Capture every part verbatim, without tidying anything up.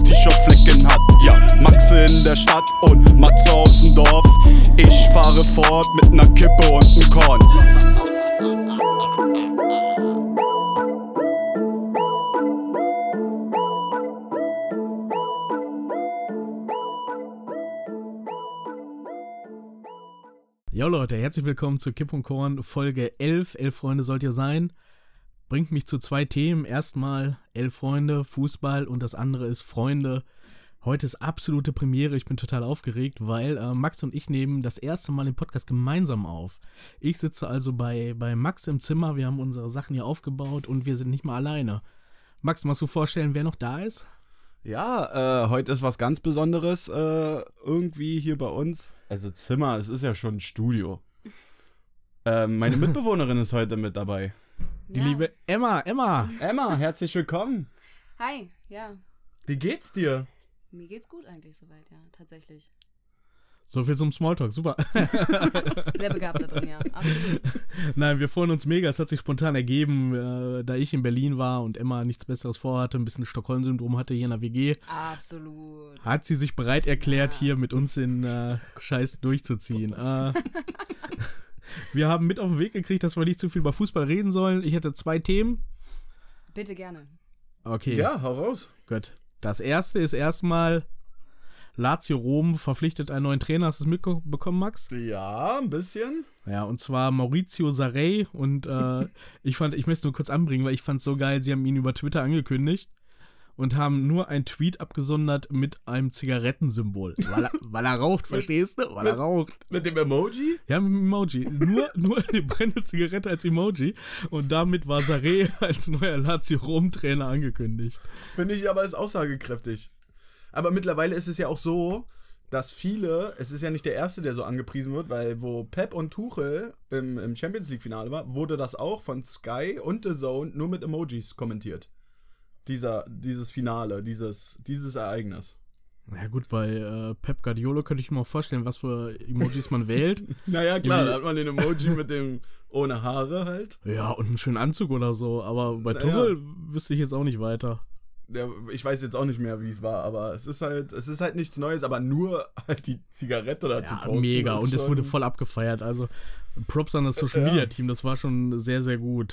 T-Shirt-Flecken hat. Ja, Maxe in der Stadt und Matze aus dem Dorf. Ich fahre fort mit ner Kippe und nem Korn. Jo Leute, herzlich willkommen zu Kipp und Korn, Folge elf. Elf Freunde sollt ihr sein. Bringt mich zu zwei Themen. Erstmal elf Freunde, Fußball und das andere ist Freunde. Heute ist absolute Premiere, ich bin total aufgeregt, weil äh, Max und ich nehmen das erste Mal den Podcast gemeinsam auf. Ich sitze also bei, bei Max im Zimmer, wir haben unsere Sachen hier aufgebaut und wir sind nicht mal alleine. Max, magst du vorstellen, wer noch da ist? Ja, äh, heute ist was ganz Besonderes äh, irgendwie hier bei uns. Also Zimmer, es ist ja schon ein Studio. Äh, meine Mitbewohnerin ist heute mit dabei. Die Ja. liebe Emma, Emma. Emma, herzlich willkommen. Hi, ja. Wie geht's dir? Mir geht's gut eigentlich soweit, ja, tatsächlich. So viel zum Smalltalk, super. Sehr begabt da drin, ja, absolut. Nein, wir freuen uns mega, es hat sich spontan ergeben, äh, da ich in Berlin war und Emma nichts Besseres vorhatte, ein bisschen Stockholm-Syndrom hatte hier in der W G. Absolut. Hat sie sich bereit erklärt, Ja. hier mit uns den äh, Scheiß durchzuziehen. Äh, wir haben mit auf den Weg gekriegt, dass wir nicht zu viel über Fußball reden sollen. Ich hätte zwei Themen. Bitte gerne. Okay, Ja, hau raus. gut. Das erste ist erstmal, Lazio Rom verpflichtet einen neuen Trainer. Hast du es mitbekommen, Max? Ja, ein bisschen. Ja, und zwar Maurizio Sarri. Und äh, ich fand, ich möchte es nur kurz anbringen, weil ich fand es so geil, sie haben ihn über Twitter angekündigt und haben nur einen Tweet abgesondert mit einem Zigarettensymbol. Weil er, weil er raucht, verstehst du? Weil er raucht. Mit dem Emoji? Ja, mit dem Emoji. Nur, nur eine brennende Zigarette als Emoji. Und damit war Sarri als neuer Lazio Rom-Trainer angekündigt. Finde ich aber ist aussagekräftig. Aber mittlerweile ist es ja auch so, dass viele, es ist ja nicht der erste, der so angepriesen wird, weil wo Pep und Tuchel im, im Champions League-Finale war, wurde das auch von Sky und The Zone nur mit Emojis kommentiert. Dieser, dieses Finale, dieses, dieses Ereignis. Na ja, gut, bei äh, Pep Guardiola könnte ich mir auch vorstellen, was für Emojis man wählt. Naja, klar, Wie- da hat man den Emoji mit dem ohne Haare halt. Ja, und einen schönen Anzug oder so. Aber bei Naja. Tuchel wüsste ich jetzt auch nicht weiter. Der, ich weiß jetzt auch nicht mehr, wie es war, aber es ist halt, es ist halt nichts Neues, aber nur halt die Zigarette da zu Ja, posten. mega. ist Und es schon- wurde voll abgefeiert. Also Props an das Social Ja. Media Team. Das war schon sehr, sehr gut.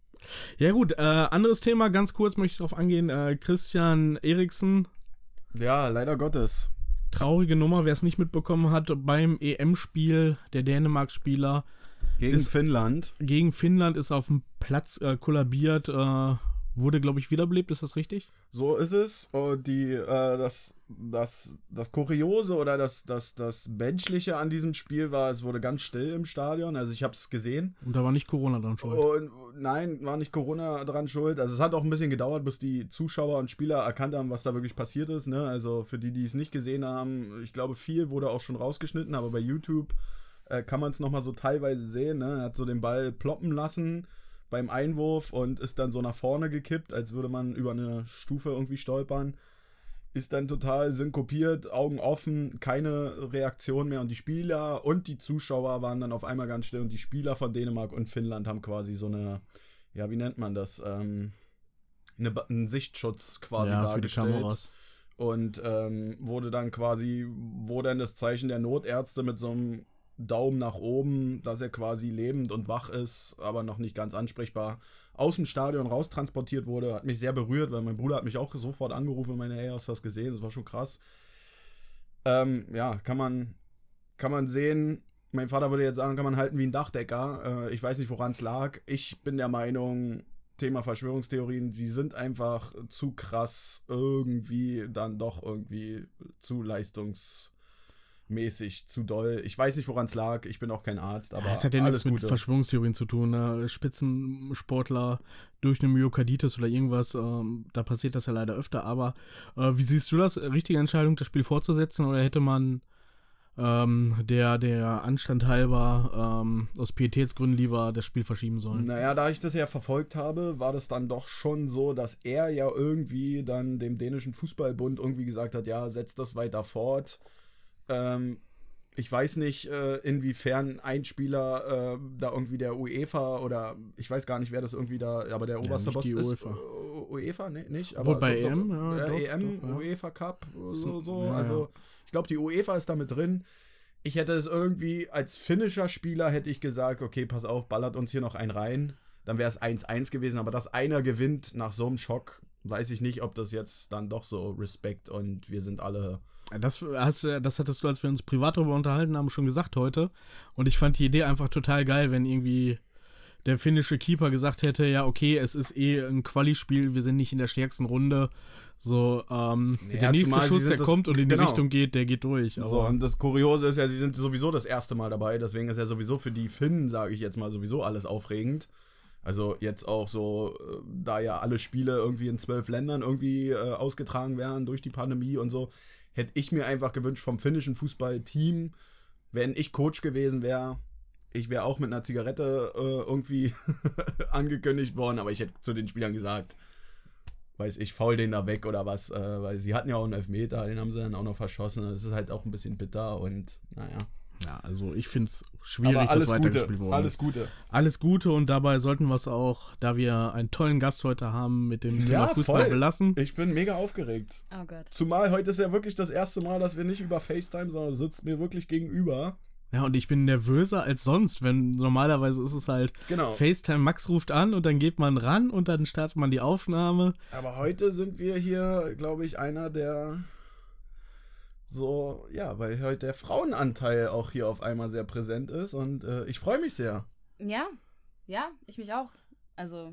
Ja gut, äh, anderes Thema, ganz kurz möchte ich darauf angehen. Äh, Christian Eriksen, Ja, leider Gottes. traurige Nummer, wer es nicht mitbekommen hat, beim E M-Spiel der Dänemark-Spieler Gegen Ist- Finnland. gegen Finnland ist auf dem Platz äh, kollabiert, äh, wurde, glaube ich, wiederbelebt, ist das richtig? So ist es. Und die, äh, das, das, das Kuriose oder das, das, das Menschliche an diesem Spiel war, es wurde ganz still im Stadion. Also ich habe es gesehen. Und da war nicht Corona dran schuld. Und nein, war nicht Corona dran schuld. Also es hat auch ein bisschen gedauert, bis die Zuschauer und Spieler erkannt haben, was da wirklich passiert ist. Ne? Also für die, die es nicht gesehen haben, ich glaube, viel wurde auch schon rausgeschnitten, aber bei YouTube äh, kann man es nochmal so teilweise sehen. Ne? Er hat so den Ball ploppen lassen beim Einwurf und ist dann so nach vorne gekippt, als würde man über eine Stufe irgendwie stolpern. Ist dann total synkopiert, Augen offen, keine Reaktion mehr und die Spieler und die Zuschauer waren dann auf einmal ganz still und die Spieler von Dänemark und Finnland haben quasi so eine, ja, wie nennt man das, ähm, eine, Ba- einen Sichtschutz quasi ja, für die dargestellt. Kameras. Und ähm, wurde dann quasi, wurde dann das Zeichen der Notärzte mit so einem Daumen nach oben, dass er quasi lebend und wach ist, aber noch nicht ganz ansprechbar, aus dem Stadion raustransportiert wurde. Hat mich sehr berührt, weil mein Bruder hat mich auch sofort angerufen und meinte, hey, hast du das gesehen? Das war schon krass. Ähm, ja, kann man, kann man sehen. Mein Vater würde jetzt sagen, kann man halten wie ein Dachdecker. Äh, ich weiß nicht, woran es lag. Ich bin der Meinung, Thema Verschwörungstheorien, sie sind einfach zu krass irgendwie dann doch irgendwie zu leistungsmäßig, zu doll. Ich weiß nicht, woran es lag. Ich bin auch kein Arzt, aber Ja, es hat ja alles nichts mit Gute. Verschwörungstheorien zu tun. Ne? Spitzensportler durch eine Myokarditis oder irgendwas, ähm, da passiert das ja leider öfter. Aber äh, wie siehst du das? Richtige Entscheidung, das Spiel fortzusetzen oder hätte man ähm, der, der Anstand halber ähm, aus Pietätsgründen lieber das Spiel verschieben sollen? Naja, da ich das ja verfolgt habe, war das dann doch schon so, dass er ja irgendwie dann dem dänischen Fußballbund irgendwie gesagt hat, ja, setzt das weiter fort. Ähm, ich weiß nicht, äh, inwiefern ein Spieler äh, da irgendwie der UEFA oder ich weiß gar nicht, wer das irgendwie da, aber der oberste nicht Boss die ist. UEFA. Äh, UEFA, nee, nicht. Obwohl Aber bei so, E M, so, ja, äh, doch, E M, doch, ja. UEFA Cup, so, so. Ja, also, ja. ich glaube, die UEFA ist da mit drin. Ich hätte es irgendwie, als finnischer Spieler hätte ich gesagt, okay, pass auf, ballert uns hier noch einen rein. Dann wäre es eins eins gewesen, aber dass einer gewinnt nach so einem Schock, weiß ich nicht, ob das jetzt dann doch so Respekt und wir sind alle... Das, hast, das hattest du, als wir uns privat darüber unterhalten haben, schon gesagt heute. Und ich fand die Idee einfach total geil, wenn irgendwie der finnische Keeper gesagt hätte, ja, okay, es ist eh ein Quali-Spiel, wir sind nicht in der stärksten Runde. So, ähm, Ja, der nächste zumal sie Schuss, sind der das- kommt und in die genau. Richtung geht, der geht durch. Aber So, und das Kuriose ist ja, sie sind sowieso das erste Mal dabei, deswegen ist ja sowieso für die Finnen, sage ich jetzt mal, sowieso alles aufregend. Also jetzt auch so, äh, da ja alle Spiele irgendwie in zwölf Ländern irgendwie äh, ausgetragen werden durch die Pandemie und so, hätte ich mir einfach gewünscht vom finnischen Fußballteam, wenn ich Coach gewesen wäre, ich wäre auch mit einer Zigarette äh, irgendwie angekündigt worden, aber ich hätte zu den Spielern gesagt, weiß ich, faul den da weg oder was, äh, weil sie hatten ja auch einen Elfmeter, den haben sie dann auch noch verschossen. Das ist halt auch ein bisschen bitter und naja. ja, also ich finde es schwierig, Aber alles dass weitergespielt Gute, wurde. alles Gute. Alles Gute und dabei sollten wir es auch, da wir einen tollen Gast heute haben, mit dem Thema Ja, Fußball voll. belassen. Ich bin mega aufgeregt. Oh Gott. Zumal heute ist ja wirklich das erste Mal, dass wir nicht über FaceTime, sondern du sitzt mir wirklich gegenüber. Ja, und ich bin nervöser als sonst, wenn normalerweise ist es halt Genau. FaceTime, Max ruft an und dann geht man ran und dann startet man die Aufnahme. Aber heute sind wir hier, glaube ich, einer der so, ja, weil heute der Frauenanteil auch hier auf einmal sehr präsent ist und äh, ich freue mich sehr. Ja, ja, ich mich auch. Also,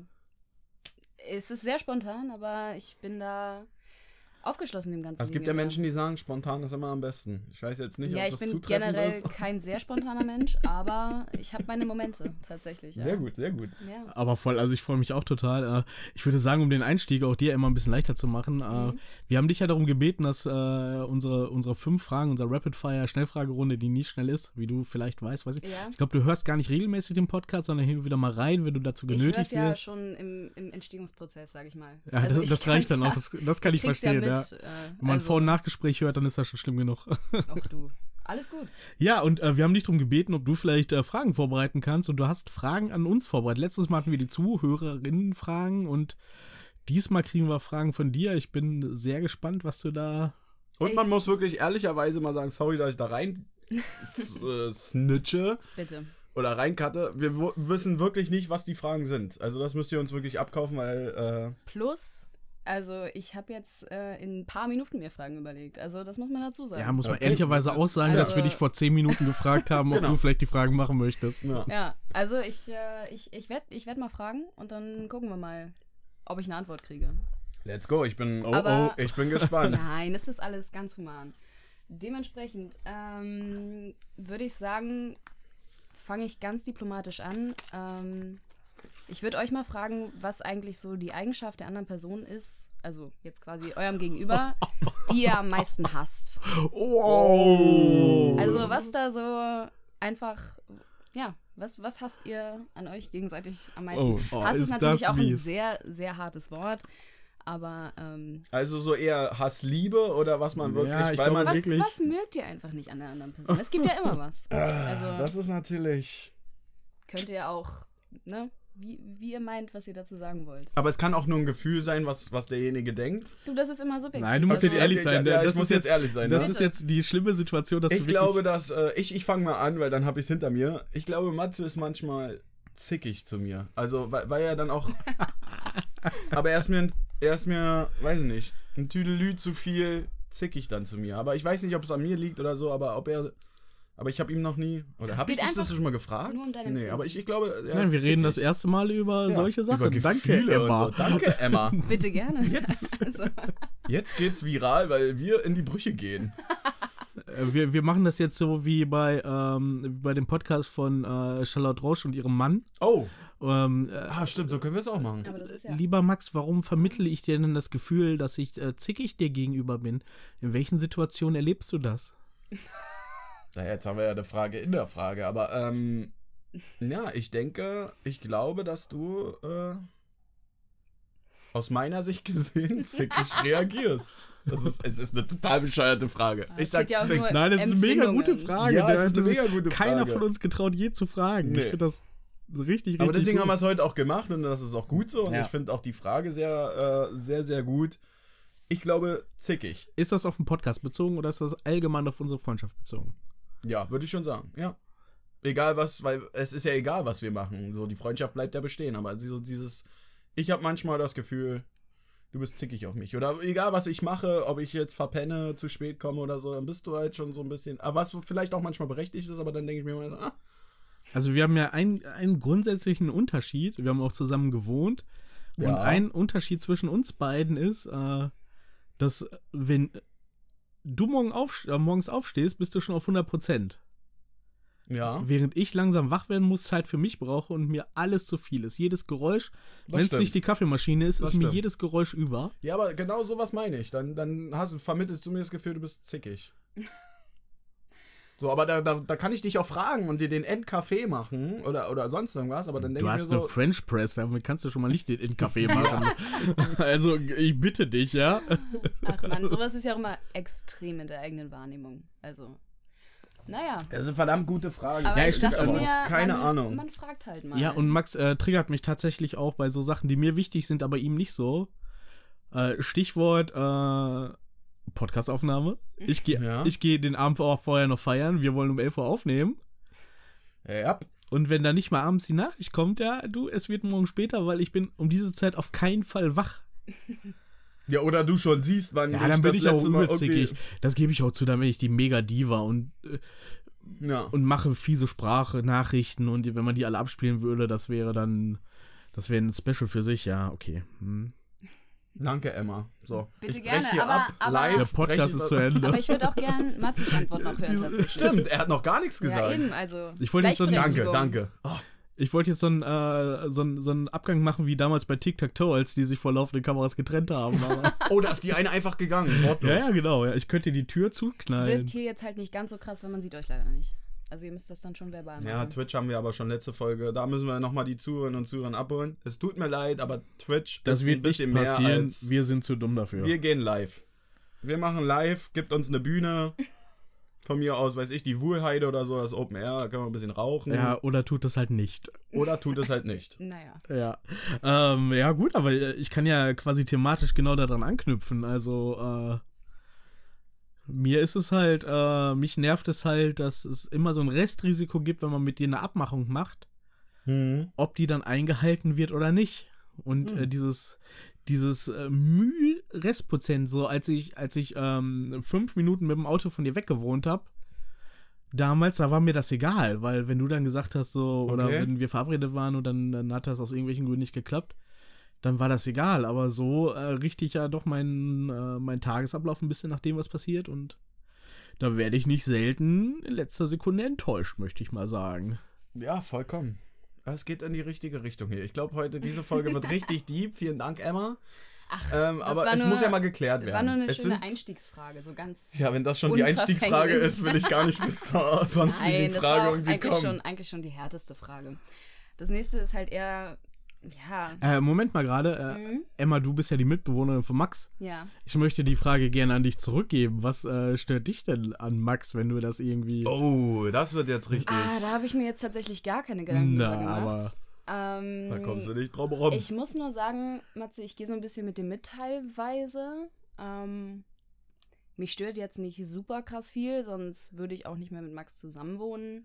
es ist sehr spontan, aber ich bin da aufgeschlossen dem Ganzen. Also es gibt ja gegenüber. Menschen, die sagen, spontan ist immer am besten. Ich weiß jetzt nicht, Ja, ob ich das bin zutreffend generell ist. kein sehr spontaner Mensch, aber ich habe meine Momente tatsächlich. Ja. Sehr gut, sehr gut. Ja. Aber voll, also ich freue mich auch total. Äh, Ich würde sagen, um den Einstieg auch dir immer ein bisschen leichter zu machen, äh, Mhm. wir haben dich ja darum gebeten, dass äh, unsere, unsere fünf Fragen, unsere Rapid-Fire-Schnellfragerunde, die nie schnell ist, wie du vielleicht weißt, weiß ich. Ja. Ich glaube, du hörst gar nicht regelmäßig den Podcast, sondern hin und wieder mal rein, wenn du dazu Ich höre genötigt ja wirst. schon im, im Entstehungsprozess, sage ich mal. Ja, Also das, ich das reicht kann's dann auch, ja- das, das kann ich krieg's verstehen. Ja, Ja mit, äh, Wenn man ein also, Vor- und Nachgespräch hört, dann ist das schon schlimm genug. Auch du. Alles gut. Ja, und äh, wir haben dich darum gebeten, ob du vielleicht äh, Fragen vorbereiten kannst. Und du hast Fragen an uns vorbereitet. Letztes Mal hatten wir die Zuhörerinnen-Fragen und diesmal kriegen wir Fragen von dir. Ich bin sehr gespannt, was du da... Und man Ich- muss wirklich ehrlicherweise mal sagen, sorry, dass ich da rein s- äh, snitche Bitte. oder reincutte. Wir w- wissen wirklich nicht, was die Fragen sind. Also das müsst ihr uns wirklich abkaufen, weil Plus, also ich habe jetzt äh, in ein paar Minuten mir Fragen überlegt. Also das muss man dazu sagen. Ja, muss man Okay. ehrlicherweise auch sagen, dass Also- wir dich vor zehn Minuten gefragt haben, ob Genau. du vielleicht die Fragen machen möchtest. äh, ja. Ja, also ich, äh, ich, ich werde ich werd mal fragen und dann gucken wir mal, ob ich eine Antwort kriege. Let's go, ich bin, Oh, Aber- ich bin gespannt. Nein, es ist alles ganz human. Dementsprechend ähm, würde ich sagen, fange ich ganz diplomatisch an. Ähm, ich würde euch mal fragen, was eigentlich so die Eigenschaft der anderen Person ist, also jetzt quasi eurem Gegenüber, die ihr am meisten hasst. Oh! Also was da so einfach, ja, was, was hasst ihr an euch gegenseitig am meisten? Oh, oh, Hass ist ist natürlich das auch ein mies. sehr, sehr hartes Wort, aber ähm, Also so eher Hassliebe oder was man wirklich, Ja, ich weil man glaube, was, wirklich? was mögt ihr einfach nicht an der anderen Person? Es gibt ja immer was. Also das ist natürlich. könnt ihr auch, ne, wie, wie ihr meint, was ihr dazu sagen wollt. Aber es kann auch nur ein Gefühl sein, was, was derjenige denkt. Du, das ist immer subjektiv. Nein, du musst also, jetzt ehrlich Ja, sein. ja, ich das muss ist jetzt ehrlich sein, Das ne? ist jetzt die schlimme Situation, dass du Ich wirklich... glaube, dass, äh, ich, ich fange mal an, weil dann habe ich es hinter mir. Ich glaube, Matze ist manchmal zickig zu mir. Also, weil, weil er dann auch, aber er ist mir, ein- er ist mir, weiß ich nicht, ein Tüdelü zu viel zickig dann zu mir. Aber ich weiß nicht, ob es an mir liegt oder so, aber ob er, aber ich habe ihm noch nie, oder Es habe ich geht dich das einfach schon mal gefragt? nur um dein Nee, Empfinden. aber ich, ich glaube, er Nein, ist wir reden das zickig. erste Mal über Ja, solche Sachen. Über Danke, Gefühle Emma. und so. Danke, Emma. Bitte gerne. Jetzt, Also, jetzt geht's viral, weil wir in die Brüche gehen. Äh, Wir, wir machen das jetzt so wie bei, ähm, wie bei dem Podcast von äh, Charlotte Roche und ihrem Mann. Oh, Ähm, äh, ah, stimmt, so können wir es auch machen. aber das ist ja. Lieber Max, warum vermittle ich dir denn das Gefühl, dass ich äh, zickig dir gegenüber bin? In welchen Situationen erlebst du das? Na, jetzt haben wir ja eine Frage in der Frage, aber ähm, ja, ich denke, ich glaube, dass du, äh, aus meiner Sicht gesehen zickig reagierst. Das ist, es ist eine total bescheuerte Frage. Ah, Ich es sag geht ja auch zick. nur- Nein, das ist eine mega gute Empfindungen. Frage. Ja, es Das ist eine mega gute Keiner Frage. von uns getraut, je zu fragen. Nee. Ich finde das richtig, richtig Aber deswegen gut. haben wir es heute auch gemacht und das ist auch gut so. Und Ja. ich finde auch die Frage sehr, äh, sehr, sehr gut. Ich glaube, zickig. Ist das auf den Podcast bezogen oder ist das allgemein auf unsere Freundschaft bezogen? Ja, würde ich schon sagen. Ja. Egal was, weil es ist ja egal, was wir machen. So, die Freundschaft bleibt ja bestehen. Aber so dieses, ich habe manchmal das Gefühl, du bist zickig auf mich. Oder egal, was ich mache, ob ich jetzt verpenne, zu spät komme oder so, dann bist du halt schon so ein bisschen, aber was vielleicht auch manchmal berechtigt ist, aber dann denke ich mir mal, ah, Also wir haben ja einen, einen grundsätzlichen Unterschied. Wir haben auch zusammen gewohnt. Und Ja. ein Unterschied zwischen uns beiden ist, äh, dass wenn du morgen auf, äh, morgens aufstehst, bist du schon auf hundert Prozent. ja. Während ich langsam wach werden muss, Zeit für mich brauche und mir alles zu viel ist. Jedes Geräusch, Das wenn es stimmt. nicht die Kaffeemaschine ist, Das ist mir stimmt. jedes Geräusch über. Ja, aber genau sowas meine ich. Dann, dann hast, vermittelst du mir das Gefühl, du bist zickig. So, aber da, da, da kann ich dich auch fragen und dir den Endkaffee machen oder, oder sonst irgendwas, aber dann denke Du ich hast mir eine so, French Press, damit kannst du schon mal nicht den in Kaffee machen. Also, ich bitte dich, ja. Ach man, sowas ist ja auch immer extrem in der eigenen Wahrnehmung. Also, naja. das ist eine verdammt gute Frage. Aber Ja, ich stimmt dachte aber. mir, Keine man, Ahnung. man fragt halt mal. Ja, und Max äh, triggert mich tatsächlich auch bei so Sachen, die mir wichtig sind, aber ihm nicht so. Äh, Stichwort äh, Podcastaufnahme. Ich gehe Ja. ich geh den Abend auch vorher noch feiern. Wir wollen um elf Uhr aufnehmen. Ja, Und wenn dann nicht mal abends die Nachricht kommt, ja, du, es wird morgen später, weil ich bin um diese Zeit auf keinen Fall wach. ja, oder du schon siehst, wann Ja, dann bin das ich auch letzte Mal überzickig. Das gebe ich auch zu, dann bin ich die Mega-Diva und, äh, Ja. und mache fiese Sprache, Nachrichten und wenn man die alle abspielen würde, das wäre dann, das wäre ein Special für sich, ja, okay. Hm. Danke, Emma. So, Bitte ich brech gerne, hier aber- ab, aber- live. Der Podcast breche- ist zu Ende. Aber ich würde auch gern Matzes Antwort noch hören, tatsächlich. Stimmt, er hat noch gar nichts gesagt. Ja, eben, also. Ich wollte jetzt so ein- Danke, Gleichberechtigung. danke. Oh, Ich wollte jetzt so einen, äh, so, einen, so einen Abgang machen wie damals bei Tic-Tac-Toe, als die sich vor laufenden Kameras getrennt haben. Aber oh, da ist die eine einfach gegangen. Wortlos. ja, ja, genau. Ja. Ich könnte die Tür Es zuknallen. wirkt hier jetzt halt nicht ganz so krass, weil man sieht euch leider nicht. Also ihr müsst das dann schon verbal machen. Ja, Twitch haben wir aber schon letzte Folge. Da müssen wir nochmal die Zuhörerinnen und Zuhörer abholen. Es tut mir leid, aber Twitch Das ist wird ein nicht bisschen mehr passieren. als... Wir sind zu dumm dafür. Wir gehen live. Wir machen live, gibt uns eine Bühne. Von mir aus, weiß ich, die Wuhlheide oder so, das Open Air, da können wir ein bisschen rauchen. ja, oder tut das halt nicht. Oder tut es halt nicht. Naja. Ja. Ähm, ja, gut, aber ich kann ja quasi thematisch genau daran anknüpfen. Also, äh, mir ist es halt, äh, mich nervt es halt, dass es immer so ein Restrisiko gibt, wenn man mit dir eine Abmachung macht, Mhm. ob die dann eingehalten wird oder nicht. Und Mhm. äh, dieses, dieses äh, Müh-Restprozent, so als ich, als ich ähm, fünf Minuten mit dem Auto von dir weggewohnt habe, damals, da war mir das egal, weil wenn du dann gesagt hast, so, oder Okay. wenn wir verabredet waren und dann, dann hat das aus irgendwelchen Gründen nicht geklappt, dann war das egal. Aber so äh, richte ich ja doch meinen äh, meinen Tagesablauf ein bisschen nach dem, was passiert. Und da werde ich nicht selten in letzter Sekunde enttäuscht, möchte ich mal sagen. Ja, vollkommen. Es geht in die richtige Richtung hier. Ich glaube, heute, diese Folge wird richtig deep. Vielen Dank, Emma. Ach, Ähm, das aber war es nur, muss ja mal geklärt werden. war nur eine es schöne sind, Einstiegsfrage, so ganz. Ja, wenn das schon die unverfänglich. Einstiegsfrage ist, will ich gar nicht bis zur sonstigen Nein, das Frage war auch irgendwie eigentlich kommen. schon, eigentlich schon die härteste Frage. Das nächste ist halt eher, ja, Äh, Moment mal gerade. Äh, Mhm. Emma, du bist ja die Mitbewohnerin von Max. ja. Ich möchte die Frage gerne an dich zurückgeben. Was äh, stört dich denn an Max, wenn du das irgendwie... Oh, das wird jetzt richtig. Ah, da habe ich mir jetzt tatsächlich gar keine Gedanken Na, drüber aber- gemacht. Ähm, Da kommst du nicht drum rum. Ich muss nur sagen, Matze, ich gehe so ein bisschen mit dem mit teilweise. Ähm, mich stört jetzt nicht super krass viel, sonst würde ich auch nicht mehr mit Max zusammenwohnen.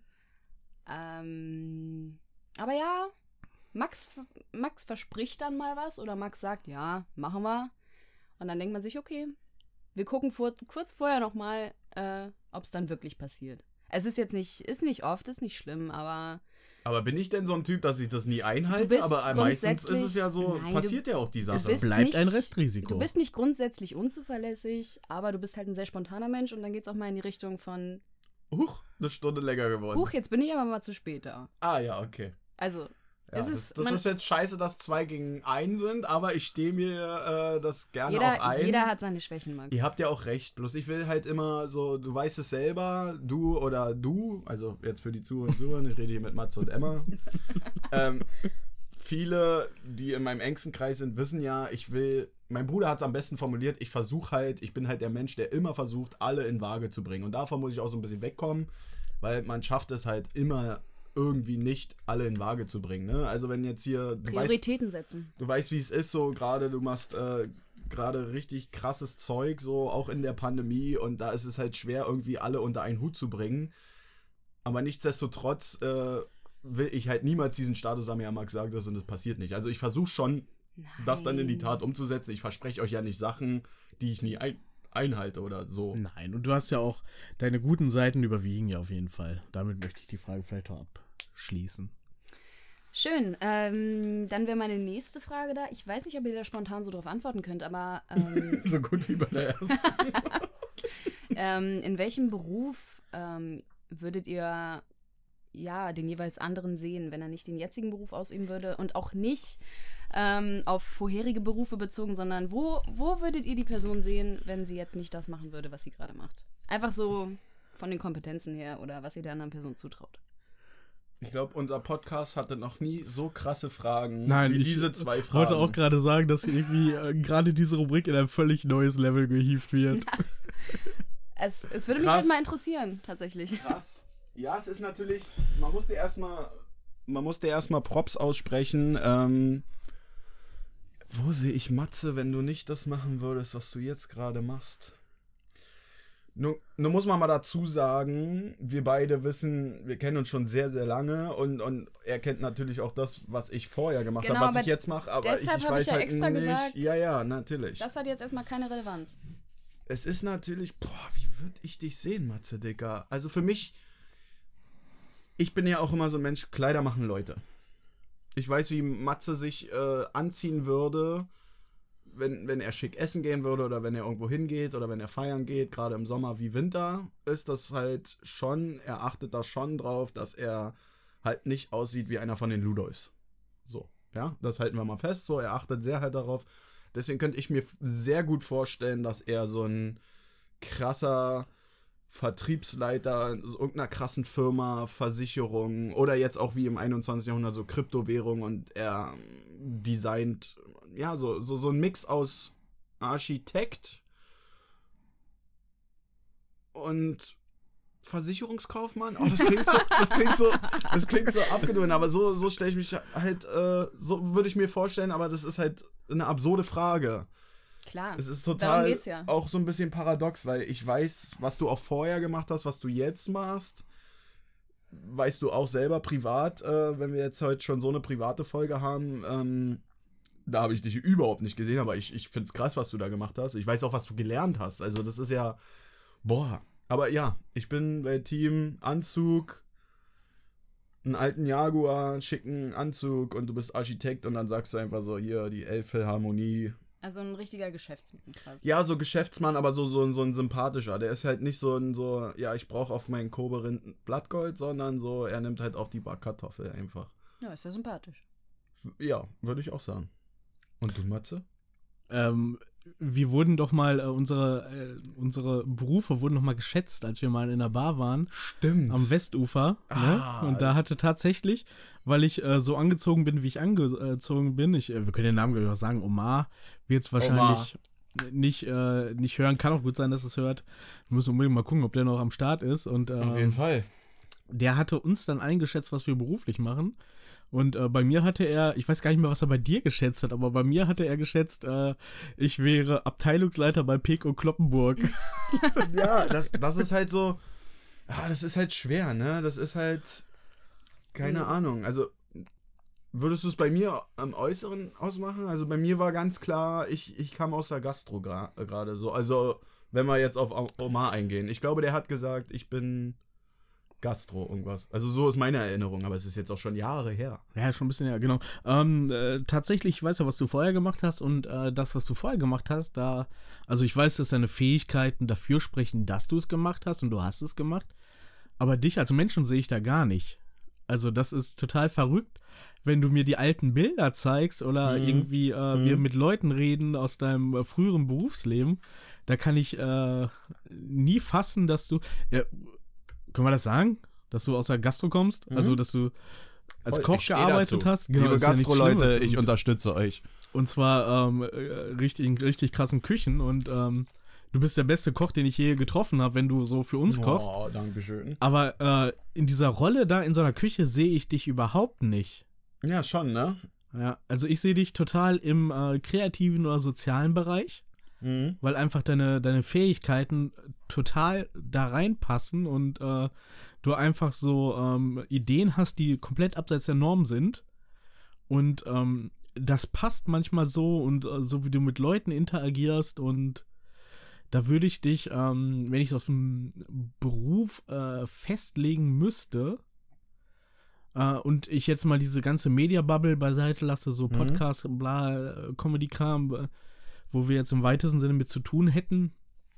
Ähm, aber ja, Max, Max verspricht dann mal was oder Max sagt, ja, machen wir. Und dann denkt man sich, okay, wir gucken vor, kurz vorher nochmal, äh, ob es dann wirklich passiert. Es ist jetzt nicht, ist nicht oft, ist nicht schlimm, aber Aber bin ich denn so ein Typ, dass ich das nie einhalte? Du bist Aber meistens ist es ja so, grundsätzlich- Nein, passiert ja auch die Sache. bist Bleibt nicht- ein Restrisiko. du bist nicht grundsätzlich unzuverlässig, aber du bist halt ein sehr spontaner Mensch und dann geht's auch mal in die Richtung von, Huch, eine Stunde länger geworden. huch, jetzt bin ich aber mal zu spät da. Ah ja, okay. Also, Ja, es das ist, das man, ist jetzt scheiße, dass zwei gegen einen sind, aber ich stehe mir äh, das gerne auch jeder, ein. jeder hat seine Schwächen, Max. Ihr habt ja auch recht, bloß ich will halt immer so, du weißt es selber, du oder du, also jetzt für die Zuhörer und Zuhörer, ich rede hier mit Matze und Emma, ähm, viele, die in meinem engsten Kreis sind, wissen ja, ich will, mein Bruder hat es am besten formuliert, ich versuche halt, ich bin halt der Mensch, der immer versucht, alle in Waage zu bringen. Und davon muss ich auch so ein bisschen wegkommen, weil man schafft es halt immer irgendwie nicht, alle in Waage zu bringen. Ne? Also wenn jetzt hier... Du Prioritäten weißt, setzen. Du weißt, wie es ist, so gerade, du machst äh, gerade richtig krasses Zeug, so auch in der Pandemie, und da ist es halt schwer, irgendwie alle unter einen Hut zu bringen. Aber nichtsdestotrotz äh, will ich halt niemals diesen Status am Max sagen, und das passiert nicht. Also ich versuche schon, Nein. das dann in die Tat umzusetzen. Ich verspreche euch ja nicht Sachen, die ich nie ein einhalte oder so. Nein, und du hast ja auch, deine guten Seiten überwiegen ja auf jeden Fall. Damit möchte ich die Frage vielleicht auch abschließen. Schön. Ähm, dann wäre meine nächste Frage da. Ich weiß nicht, ob ihr da spontan so drauf antworten könnt, aber ähm, so gut wie bei der ersten. ähm, in welchem Beruf ähm, würdet ihr ja den jeweils anderen sehen, wenn er nicht den jetzigen Beruf ausüben würde und auch nicht ähm, auf vorherige Berufe bezogen, sondern wo, wo würdet ihr die Person sehen, wenn sie jetzt nicht das machen würde, was sie gerade macht? Einfach so von den Kompetenzen her oder was ihr der anderen Person zutraut. Ich glaube, unser Podcast hatte noch nie so krasse Fragen Nein, wie ich diese zwei Fragen. Ich wollte auch gerade sagen, dass irgendwie äh, gerade diese Rubrik in ein völlig neues Level gehievt wird. Ja. Es, es würde mich Krass. halt mal interessieren, tatsächlich. Krass. Ja, es ist natürlich, man musste erstmal, man musste erstmal Props aussprechen. Ähm, wo sehe ich Matze, wenn du nicht das machen würdest, was du jetzt gerade machst? Nur, nur muss man mal dazu sagen, wir beide wissen, wir kennen uns schon sehr, sehr lange, und, und er kennt natürlich auch das, was ich vorher gemacht Genau, habe, was aber ich jetzt mache, aber ich, deshalb ich habe weiß ich ja halt extra nicht. gesagt, Ja, ja, natürlich. Das hat jetzt erstmal keine Relevanz. Es ist natürlich, boah, wie würde ich dich sehen, Matze, Digga? Also für mich, ich bin ja auch immer so ein Mensch, Kleider machen Leute. Ich weiß, wie Matze sich äh, anziehen würde, wenn, wenn er schick essen gehen würde oder wenn er irgendwo hingeht oder wenn er feiern geht, gerade im Sommer wie Winter, ist das halt schon, er achtet da schon drauf, dass er halt nicht aussieht wie einer von den Ludolfs. So, ja, das halten wir mal fest. So, er achtet sehr halt darauf. Deswegen könnte ich mir sehr gut vorstellen, dass er so ein krasser Vertriebsleiter so irgendeiner krassen Firma, Versicherung oder jetzt auch wie im einundzwanzigsten Jahrhundert so Kryptowährung, und er designt, ja, so, so, so ein Mix aus Architekt und Versicherungskaufmann. Oh, das klingt so, das klingt so, das klingt so abgedreht, aber so, so stelle ich mich halt, äh, so würde ich mir vorstellen, aber das ist halt eine absurde Frage. Klar, es ist darum total geht's ja. Auch so ein bisschen paradox, weil ich weiß, was du auch vorher gemacht hast, was du jetzt machst, weißt du auch selber privat, äh, wenn wir jetzt heute schon so eine private Folge haben, ähm, da habe ich dich überhaupt nicht gesehen, aber ich, ich finde es krass, was du da gemacht hast. Ich weiß auch, was du gelernt hast. Also das ist ja, boah. Aber ja, ich bin bei Team Anzug, einen alten Jaguar, schicken Anzug, und du bist Architekt, und dann sagst du einfach so, hier, die Elbphilharmonie. Also ein richtiger Geschäftsmann quasi. Ja, so Geschäftsmann, aber so, so, so ein sympathischer. Der ist halt nicht so ein, so, ja, ich brauche auf meinen Koberind Blattgold, sondern so, er nimmt halt auch die Backkartoffel einfach. Ja, ist ja sympathisch. Ja, würde ich auch sagen. Und du, Matze? Ähm, wir wurden doch mal, äh, unsere, äh, unsere Berufe wurden noch mal geschätzt, als wir mal in einer Bar waren. Stimmt. Am Westufer. Ah. Ne? Und da hatte tatsächlich, weil ich äh, so angezogen bin, wie ich angezogen bin, ich, äh, wir können den Namen gleich auch sagen, Omar, wird es wahrscheinlich nicht, äh, nicht hören. Kann auch gut sein, dass es hört. Wir müssen unbedingt mal gucken, ob der noch am Start ist. Und, ähm, auf jeden Fall. Der hatte uns dann eingeschätzt, was wir beruflich machen. Und äh, bei mir hatte er, ich weiß gar nicht mehr, was er bei dir geschätzt hat, aber bei mir hatte er geschätzt, äh, ich wäre Abteilungsleiter bei Peek und Kloppenburg. Ja, das, das ist halt so, ja, das ist halt schwer, ne? Das ist halt, keine mhm. Ahnung. Also, würdest du es bei mir am Äußeren ausmachen? Also, bei mir war ganz klar, ich, ich kam aus der Gastro gerade gra- so. Also, wenn wir jetzt auf Omar eingehen. Ich glaube, der hat gesagt, ich bin Gastro irgendwas. Also so ist meine Erinnerung, aber es ist jetzt auch schon Jahre her. Ja, schon ein bisschen her, genau. Ähm, äh, tatsächlich, ich weiß ja, was du vorher gemacht hast, und äh, das, was du vorher gemacht hast, da, also ich weiß, dass deine Fähigkeiten dafür sprechen, dass du es gemacht hast, und du hast es gemacht, aber dich als Menschen sehe ich da gar nicht. Also das ist total verrückt, wenn du mir die alten Bilder zeigst oder mhm. irgendwie äh, mhm. wir mit Leuten reden aus deinem äh, früheren Berufsleben, da kann ich äh, nie fassen, dass du, äh, können wir das sagen? Dass du aus der Gastro kommst? Mhm. Also, dass du als Voll, Koch ich steh gearbeitet dazu. hast. Liebe ist ja nichts Gastro-Leute, Schlimmes. ich Und- unterstütze euch. Und zwar ähm, äh, richtig, in richtig krassen Küchen. Und ähm, du bist der beste Koch, den ich je getroffen habe, wenn du so für uns kochst. Oh, danke schön. Aber äh, in dieser Rolle da in so einer Küche sehe ich dich überhaupt nicht. Ja, schon, ne? Ja, also ich sehe dich total im äh, kreativen oder sozialen Bereich, Mhm. weil einfach deine, deine Fähigkeiten total da reinpassen und äh, du einfach so ähm, Ideen hast, die komplett abseits der Norm sind. Und ähm, das passt manchmal so und äh, so wie du mit Leuten interagierst und da würde ich dich, ähm, wenn ich es auf den Beruf äh, festlegen müsste äh, und ich jetzt mal diese ganze Media-Bubble beiseite lasse, so Mhm. Podcast, bla, äh, Comedy-Kram, äh, wo wir jetzt im weitesten Sinne mit zu tun hätten,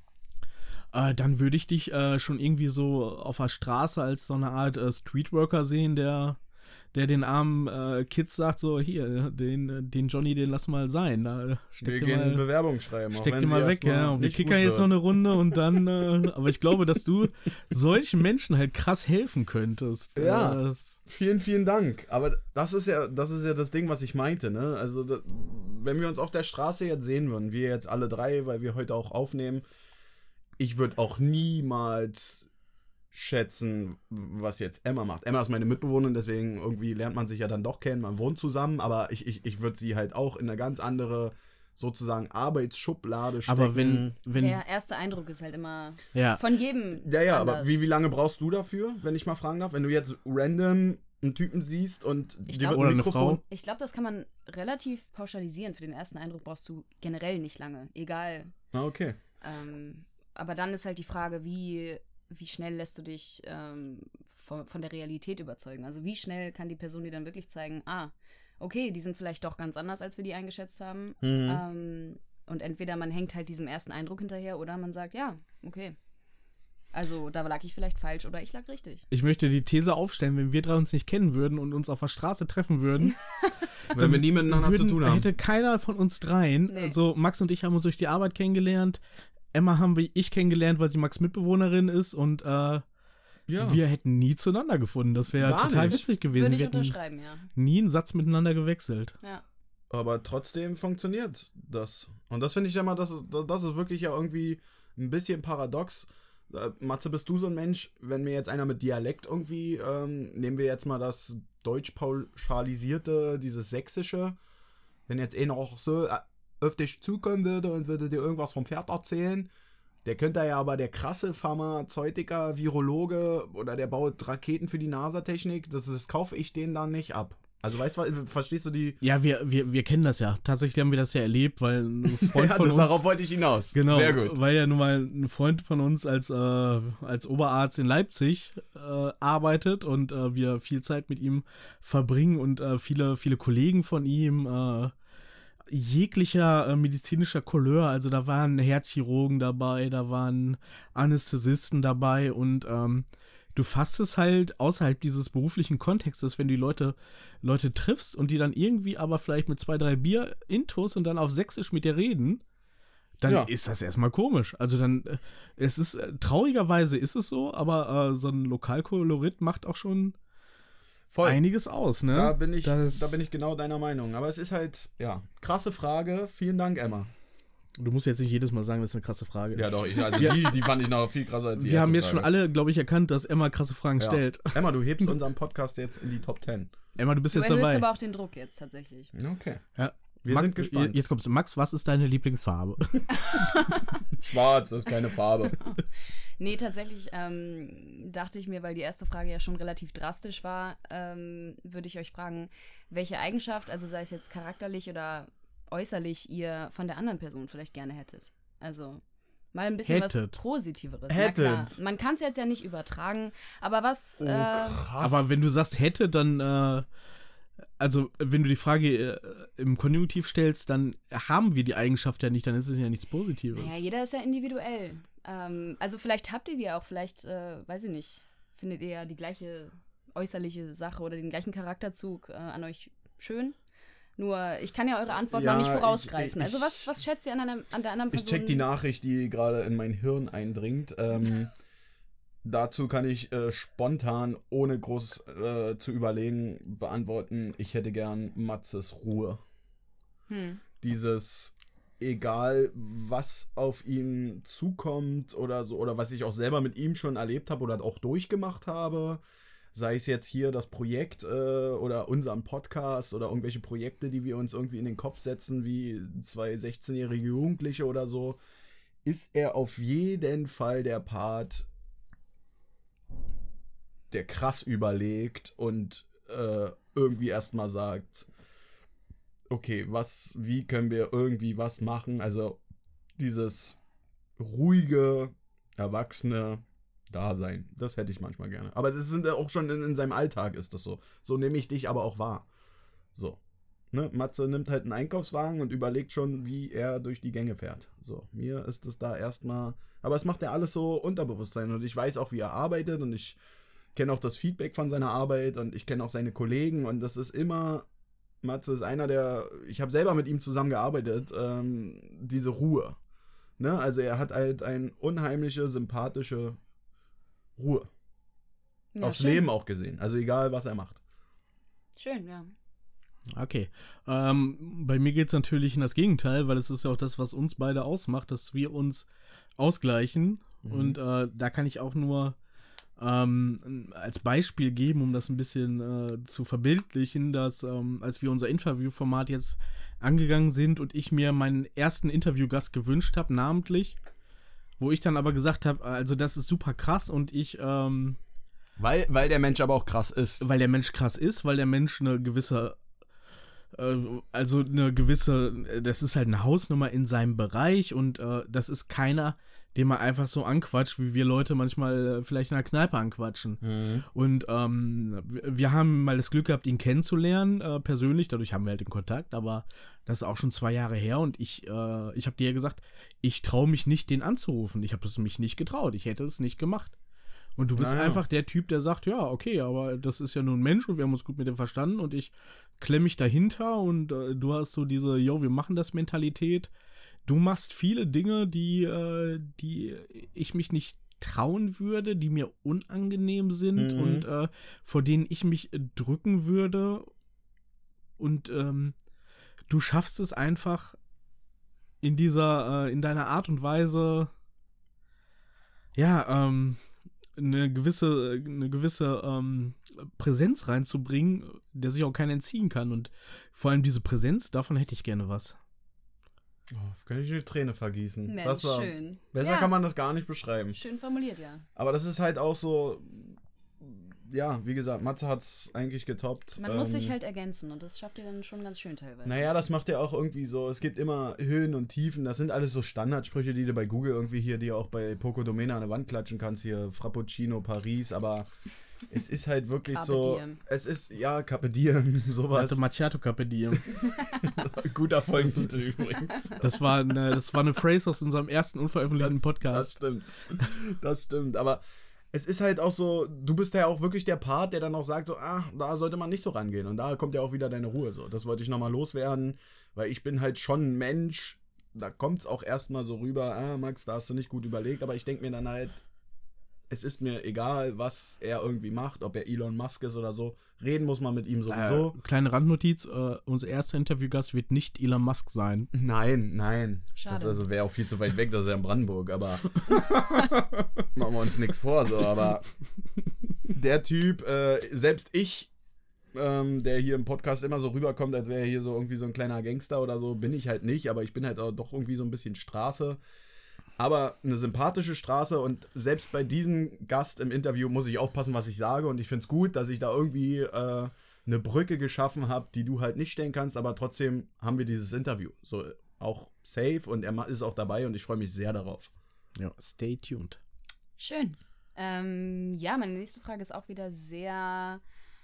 äh, dann würde ich dich äh, schon irgendwie so auf der Straße als so eine Art äh, Streetworker sehen, der der den armen äh, Kids sagt, so, hier, den, den Johnny, den lass mal sein. Da Wir steck dir gehen mal, Bewerbung schreiben. auch steck wenn dir sie mal weg, erstmal ja. Und wir nicht kickern gut jetzt noch wird. eine Runde und dann, äh, aber ich glaube, dass du solchen Menschen halt krass helfen könntest. Ja. Das, Vielen, vielen Dank. Aber das ist ja, das ist ja das Ding, was ich meinte, ne? Also, da, wenn wir uns auf der Straße jetzt sehen würden, wir jetzt alle drei, weil wir heute auch aufnehmen, ich würde auch niemals schätzen, was jetzt Emma macht. Emma ist meine Mitbewohnerin, deswegen irgendwie lernt man sich ja dann doch kennen, man wohnt zusammen, aber ich, ich, ich würde sie halt auch in eine ganz andere, sozusagen, Arbeitsschublade stecken. aber wenn, wenn, Der erste Eindruck ist halt immer ja, von jedem Ja, ja, anders. aber wie, wie lange brauchst du dafür, wenn ich mal fragen darf? Wenn du jetzt random einen Typen siehst und Ich dir glaub- wird oder ein eine Mikrofon... Frau. Ich glaube, das kann man relativ pauschalisieren. Für den ersten Eindruck brauchst du generell nicht lange. Egal. Ah, okay. Ähm, aber dann ist halt die Frage, wie, wie schnell lässt du dich ähm, von, von der Realität überzeugen? Also wie schnell kann die Person dir dann wirklich zeigen, ah, okay, die sind vielleicht doch ganz anders, als wir die eingeschätzt haben. Mhm. Ähm, und entweder man hängt halt diesem ersten Eindruck hinterher oder man sagt, ja, okay. Also da lag ich vielleicht falsch oder ich lag richtig. ich möchte die These aufstellen, wenn wir drei uns nicht kennen würden und uns auf der Straße treffen würden, Wenn wir nie miteinander würden, zu tun haben. hätte keiner von uns dreien, Nee. also Max und ich haben uns durch die Arbeit kennengelernt, Emma haben wir ich kennengelernt, weil sie Max Mitbewohnerin ist und äh, Ja. wir hätten nie zueinander gefunden. Das wäre Gar total nicht. witzig gewesen. Würde ich Wir hätten unterschreiben, ja. nie einen Satz miteinander gewechselt. Ja. Aber trotzdem funktioniert das. Und das finde ich ja mal, das ist, das ist wirklich ja irgendwie ein bisschen paradox. Äh, Matze, bist du so ein Mensch, wenn mir jetzt einer mit Dialekt irgendwie, ähm, nehmen wir jetzt mal das deutsch-pauschalisierte, dieses sächsische, wenn jetzt einer auch so äh, auf dich zukommen würde und würde dir irgendwas vom Pferd erzählen, der könnte ja aber der krasse Pharmazeutiker, Virologe oder der baut Raketen für die NASA-Technik, das, das kaufe ich denen dann nicht ab. Also weißt du, verstehst du die... Ja, wir, wir, wir kennen das ja. Tatsächlich haben wir das ja erlebt, weil ein Freund Ja, von das, uns... darauf wollte ich hinaus. Genau, Sehr gut. weil ja nun mal ein Freund von uns als, äh, als Oberarzt in Leipzig äh, arbeitet und äh, wir viel Zeit mit ihm verbringen und äh, viele, viele Kollegen von ihm äh, jeglicher äh, medizinischer Couleur, also da waren Herzchirurgen dabei, da waren Anästhesisten dabei und ähm, du fasst es halt außerhalb dieses beruflichen Kontextes, wenn du die Leute, Leute triffst und die dann irgendwie aber vielleicht mit zwei, drei Bier intus und dann auf Sächsisch mit dir reden, dann Ja. ist das erstmal komisch. Also dann, äh, es ist, äh, traurigerweise ist es so, aber äh, so ein Lokalkolorit macht auch schon Voll. einiges aus, ne? Da bin, ich, Das- da bin ich genau deiner Meinung. Aber es ist halt, ja, krasse Frage. Vielen Dank, Emma. Du musst jetzt nicht jedes Mal sagen, dass es eine krasse Frage ist. Ja, doch, ich, also Wir- die, die fand ich noch viel krasser als die Wir erste haben jetzt Frage. schon alle, glaube ich, erkannt, dass Emma krasse Fragen Ja. stellt. Emma, du hebst unseren Podcast jetzt in die Top Ten. Emma, du bist Du jetzt erhöhst dabei. aber auch den Druck jetzt tatsächlich. Okay. Ja. Wir Max, sind gespannt. Jetzt kommt's. Max, was ist deine Lieblingsfarbe? Schwarz ist keine Farbe. Nee, tatsächlich ähm, dachte ich mir, weil die erste Frage ja schon relativ drastisch war, ähm, würde ich euch fragen, welche Eigenschaft, also sei es jetzt charakterlich oder äußerlich, ihr von der anderen Person vielleicht gerne hättet. Also mal ein bisschen Hättet. was Positiveres. Hättet. Na klar, man kann es jetzt ja nicht übertragen, aber was, Oh, äh, krass. Aber wenn du sagst hätte, dann, äh, also wenn du die Frage äh, im Konjunktiv stellst, dann haben wir die Eigenschaft ja nicht, dann ist es ja nichts Positives. naja, jeder ist ja individuell. Ähm, also vielleicht habt ihr die auch, vielleicht, äh, weiß ich nicht, findet ihr ja die gleiche äußerliche Sache oder den gleichen Charakterzug äh, an euch schön. Nur, ich kann ja eure Antwort Ja, noch nicht ich- vorausgreifen. ich- also was, was schätzt ihr an, einer, an der anderen Ich Person? check die Nachricht, die gerade in mein Hirn eindringt. Ähm, dazu kann ich äh, spontan, ohne groß äh, zu überlegen, beantworten, ich hätte gern Matzes Ruhe. Hm. Dieses, egal was auf ihn zukommt oder so, oder was ich auch selber mit ihm schon erlebt habe oder auch durchgemacht habe, sei es jetzt hier das Projekt äh, oder unseren Podcast oder irgendwelche Projekte, die wir uns irgendwie in den Kopf setzen, wie zwei sechzehnjährige Jugendliche oder so, ist er auf jeden Fall der Part, der krass überlegt und äh, irgendwie erstmal sagt, okay, was, wie können wir irgendwie was machen? Also dieses ruhige, erwachsene Dasein, das hätte ich manchmal gerne. Aber das sind auch schon in, in seinem Alltag ist das so. So nehme ich dich aber auch wahr. So. Ne? Matze nimmt halt einen Einkaufswagen und überlegt schon, wie er durch die Gänge fährt. So, mir ist es da erstmal, aber es macht ja alles so Unterbewusstsein und ich weiß auch, wie er arbeitet und ich kenne auch das Feedback von seiner Arbeit und ich kenne auch seine Kollegen und das ist immer, Matze ist einer der, ich habe selber mit ihm zusammengearbeitet, ähm, diese Ruhe. Ne? Also er hat halt eine unheimliche, sympathische Ruhe. Ja, Aufs schön. Leben auch gesehen. Also egal, was er macht. Schön, ja. Okay. Ähm, bei mir geht es natürlich in das Gegenteil, weil es ist ja auch das, was uns beide ausmacht, dass wir uns ausgleichen. Mhm. Und äh, da kann ich auch nur ähm, als Beispiel geben, um das ein bisschen äh, zu verbildlichen, dass ähm, als wir unser Interviewformat jetzt angegangen sind und ich mir meinen ersten Interviewgast gewünscht habe, namentlich, wo ich dann aber gesagt habe, also das ist super krass und ich ähm, Weil, weil der Mensch aber auch krass ist. weil der Mensch krass ist, weil der Mensch eine gewisse, äh, also eine gewisse, das ist halt eine Hausnummer in seinem Bereich und äh, das ist keiner, den man einfach so anquatscht, wie wir Leute manchmal äh, vielleicht in der Kneipe anquatschen. Mhm. Und ähm, wir haben mal das Glück gehabt, ihn kennenzulernen, äh, persönlich, dadurch haben wir halt den Kontakt, aber das ist auch schon zwei Jahre her und ich, äh, ich habe dir ja gesagt, ich traue mich nicht, den anzurufen. Ich habe es mich nicht getraut, ich hätte es nicht gemacht. Und du bist Naja. einfach der Typ, der sagt, ja, okay, aber das ist ja nur ein Mensch und wir haben uns gut mit dem verstanden und ich klemme mich dahinter und äh, du hast so diese, yo, wir machen das Mentalität. Du machst viele Dinge, die, äh, die ich mich nicht trauen würde, die mir unangenehm sind Mhm. und äh, vor denen ich mich äh, drücken würde. Und ähm, du schaffst es einfach in dieser, äh, in deiner Art und Weise, ja, ähm, eine gewisse, eine gewisse ähm, Präsenz reinzubringen, der sich auch keiner entziehen kann. Und vor allem diese Präsenz, davon hätte ich gerne was. Oh, kann ich eine Träne vergießen. Mensch, das war, schön. Besser Ja. kann man das gar nicht beschreiben. Schön formuliert, ja. Aber das ist halt auch so, ja, wie gesagt, Matze hat es eigentlich getoppt. Man muss Ähm, sich halt ergänzen und das schafft ihr dann schon ganz schön teilweise. Naja, das macht ja auch irgendwie so, es gibt immer Höhen und Tiefen, das sind alles so Standardsprüche, die du bei Google irgendwie hier, die auch bei Poco Domena an der Wand klatschen kannst, hier Frappuccino, Paris, aber es ist halt wirklich Carpe so, diem. es ist, ja, Carpe diem, sowas. Latte Macchiato Carpe Diem. Guter Folgentitel übrigens. Das war eine, das war eine Phrase aus unserem ersten unveröffentlichten Das Podcast. stimmt, das stimmt, aber es ist halt auch so, du bist ja auch wirklich der Part, der dann auch sagt so, ah, da sollte man nicht so rangehen und da kommt ja auch wieder deine Ruhe so. Das wollte ich nochmal loswerden, weil ich bin halt schon ein Mensch, da kommt es auch erstmal so rüber, ah, Max, da hast du nicht gut überlegt, aber ich denke mir dann halt, es ist mir egal, was er irgendwie macht, ob er Elon Musk ist oder so, reden muss man mit ihm sowieso. Äh, kleine Randnotiz, äh, unser erster Interviewgast wird nicht Elon Musk sein. Nein, nein. Schade. Das also wäre auch viel zu weit weg, das ist ja in Brandenburg, aber machen wir uns nichts vor, so, aber der Typ, äh, selbst ich, ähm, der hier im Podcast immer so rüberkommt, als wäre er hier so irgendwie so ein kleiner Gangster oder so, bin ich halt nicht, aber ich bin halt auch doch irgendwie so ein bisschen Straße. Aber eine sympathische Straße und selbst bei diesem Gast im Interview muss ich aufpassen, was ich sage und ich finde es gut, dass ich da irgendwie äh, eine Brücke geschaffen habe, die du halt nicht stellen kannst, aber trotzdem haben wir dieses Interview. So auch safe und er ist auch dabei und ich freue mich sehr darauf. Ja, stay tuned. Schön. Ähm, ja, meine nächste Frage ist auch wieder sehr,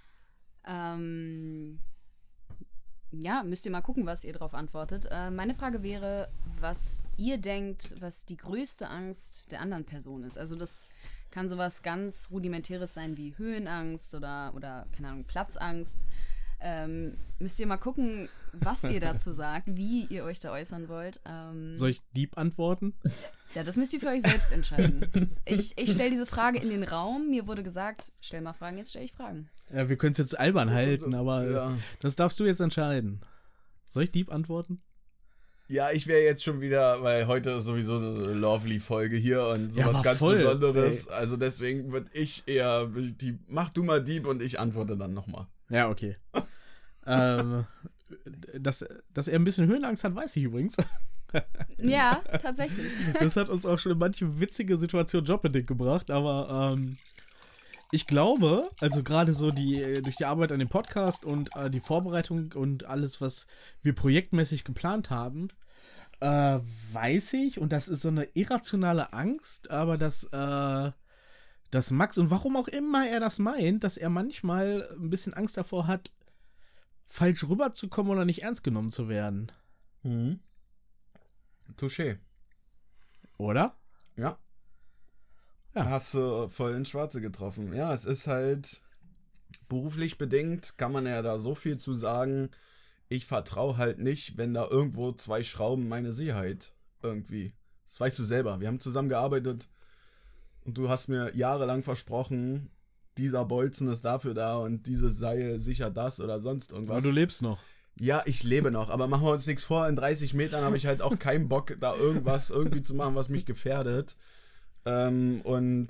ähm, ja, müsst ihr mal gucken, was ihr drauf antwortet. Äh, meine Frage wäre, was ihr denkt, was die größte Angst der anderen Person ist. Also das kann sowas ganz Rudimentäres sein wie Höhenangst oder, oder keine Ahnung, Platzangst. Ähm, müsst ihr mal gucken, was ihr dazu sagt, wie ihr euch da äußern wollt. Ähm, Soll ich Dieb antworten? Ja, das müsst ihr für euch selbst entscheiden. Ich, ich stelle diese Frage in den Raum. Mir wurde gesagt, stell mal Fragen, jetzt stelle ich Fragen. Ja, wir können es jetzt albern halten, aber Ja. das darfst du jetzt entscheiden. Soll ich Dieb antworten? Ja, ich wäre jetzt schon wieder, weil heute ist sowieso eine Lovely-Folge hier und Ja, sowas aber ganz voll, Besonderes. ey. Also deswegen würde ich eher, die, mach du mal Dieb und ich antworte dann nochmal. Ja, okay. ähm, dass, dass er ein bisschen Höhenangst hat, weiß ich übrigens. Ja, tatsächlich. Das hat uns auch schon in manche witzige Situationen jobbedingt gebracht, aber ähm, ich glaube, also gerade so die durch die Arbeit an dem Podcast und äh, die Vorbereitung und alles, was wir projektmäßig geplant haben, äh, weiß ich, und das ist so eine irrationale Angst, aber dass, äh, dass Max, und warum auch immer er das meint, dass er manchmal ein bisschen Angst davor hat, falsch rüberzukommen oder nicht ernst genommen zu werden. Mhm. Touché. Oder? Ja. Ja. Da hast du voll ins Schwarze getroffen. Ja, es ist halt beruflich bedingt, kann man ja da so viel zu sagen. Ich vertraue halt nicht, wenn da irgendwo zwei Schrauben meine Sicherheit irgendwie. Das weißt du selber. Wir haben zusammen gearbeitet und du hast mir jahrelang versprochen, dieser Bolzen ist dafür da und dieses Seil sichert das oder sonst irgendwas. Aber du lebst noch. Ja, ich lebe noch, aber machen wir uns nichts vor, in dreißig Metern habe ich halt auch keinen Bock, da irgendwas irgendwie zu machen, was mich gefährdet. Ähm, und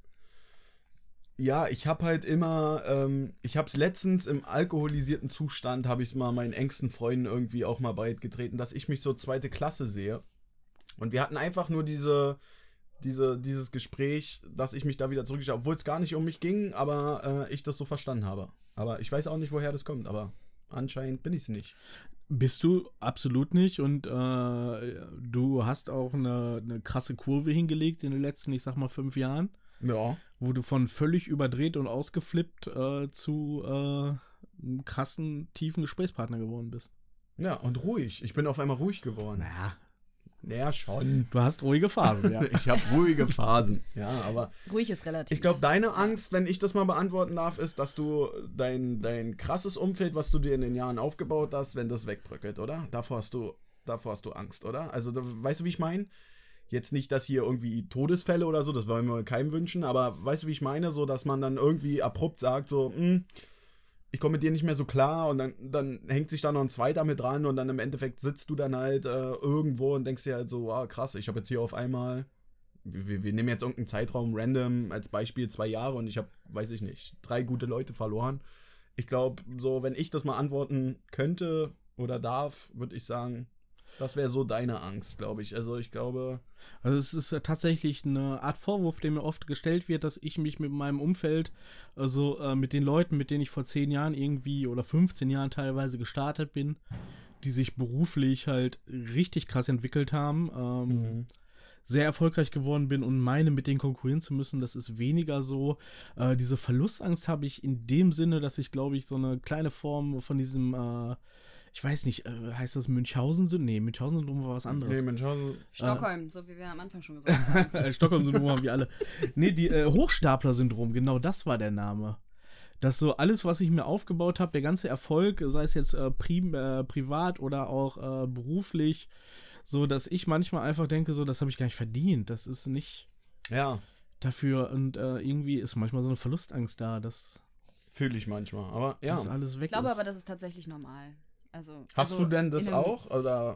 ja, ich habe halt immer, ähm, ich habe es letztens im alkoholisierten Zustand, habe ich es mal meinen engsten Freunden irgendwie auch mal breitgetreten, dass ich mich so zweite Klasse sehe. Und wir hatten einfach nur diese, diese, dieses Gespräch, dass ich mich da wieder zurückgeschaut habe, obwohl es gar nicht um mich ging, aber äh, ich das so verstanden habe. Aber ich weiß auch nicht, woher das kommt, aber anscheinend bin ich es nicht. Bist du absolut nicht, und äh, du hast auch eine, eine krasse Kurve hingelegt in den letzten, ich sag mal, fünf Jahren, Ja. wo du von völlig überdreht und ausgeflippt äh, zu äh, einem krassen, tiefen Gesprächspartner geworden bist. Ja, und ruhig. Ich bin auf einmal ruhig geworden. Naja, Naja, schon. du hast ruhige Phasen, ja. Ich habe ruhige Phasen. Ja, aber Ruhig ist relativ. ich glaube, deine Angst, wenn ich das mal beantworten darf, ist, dass du dein, dein krasses Umfeld, was du dir in den Jahren aufgebaut hast, wenn das wegbröckelt, oder? Davor hast du, davor hast du Angst, oder? Also, da, weißt du, wie ich meine? Jetzt nicht, dass hier irgendwie Todesfälle oder so, das wollen wir keinem wünschen, aber weißt du, wie ich meine? So, dass man dann irgendwie abrupt sagt, so, hm, ich komme mit dir nicht mehr so klar, und dann, dann hängt sich da noch ein zweiter mit dran und dann im Endeffekt sitzt du dann halt äh, irgendwo und denkst dir halt so, ah, krass, ich habe jetzt hier auf einmal, wir, wir nehmen jetzt irgendeinen Zeitraum random als Beispiel zwei Jahre und ich habe, weiß ich nicht, drei gute Leute verloren. Ich glaube, so, wenn ich das mal antworten könnte oder darf, würde ich sagen, das wäre so deine Angst, glaube ich. Also ich glaube... Also es ist äh, tatsächlich eine Art Vorwurf, der mir oft gestellt wird, dass ich mich mit meinem Umfeld, also äh, mit den Leuten, mit denen ich vor zehn Jahren irgendwie oder fünfzehn Jahren teilweise gestartet bin, die sich beruflich halt richtig krass entwickelt haben, ähm, Mhm. sehr erfolgreich geworden bin und meine, mit denen konkurrieren zu müssen. Das ist weniger so. Äh, diese Verlustangst habe ich in dem Sinne, dass ich, glaube ich, so eine kleine Form von diesem, äh, ich weiß nicht, äh, heißt das Münchhausen-Syndrom? Nee, Münchhausen-Syndrom war was anderes. Nee, Münchhausen... Stockholm, so wie wir am Anfang schon gesagt haben. Stockholm-Syndrom haben wir alle. Nee, die äh, Hochstapler-Syndrom, genau das war der Name. Dass so alles, was ich mir aufgebaut habe, der ganze Erfolg, sei es jetzt äh, prim, äh, privat oder auch äh, beruflich, so, dass ich manchmal einfach denke, so, das habe ich gar nicht verdient. Das ist nicht Ja, dafür, und äh, irgendwie ist manchmal so eine Verlustangst da, dass fühle ich manchmal, aber ja. das alles weg Ich glaube ist. aber, das ist tatsächlich normal. Also, Hast also du denn das in einem- auch? Oder?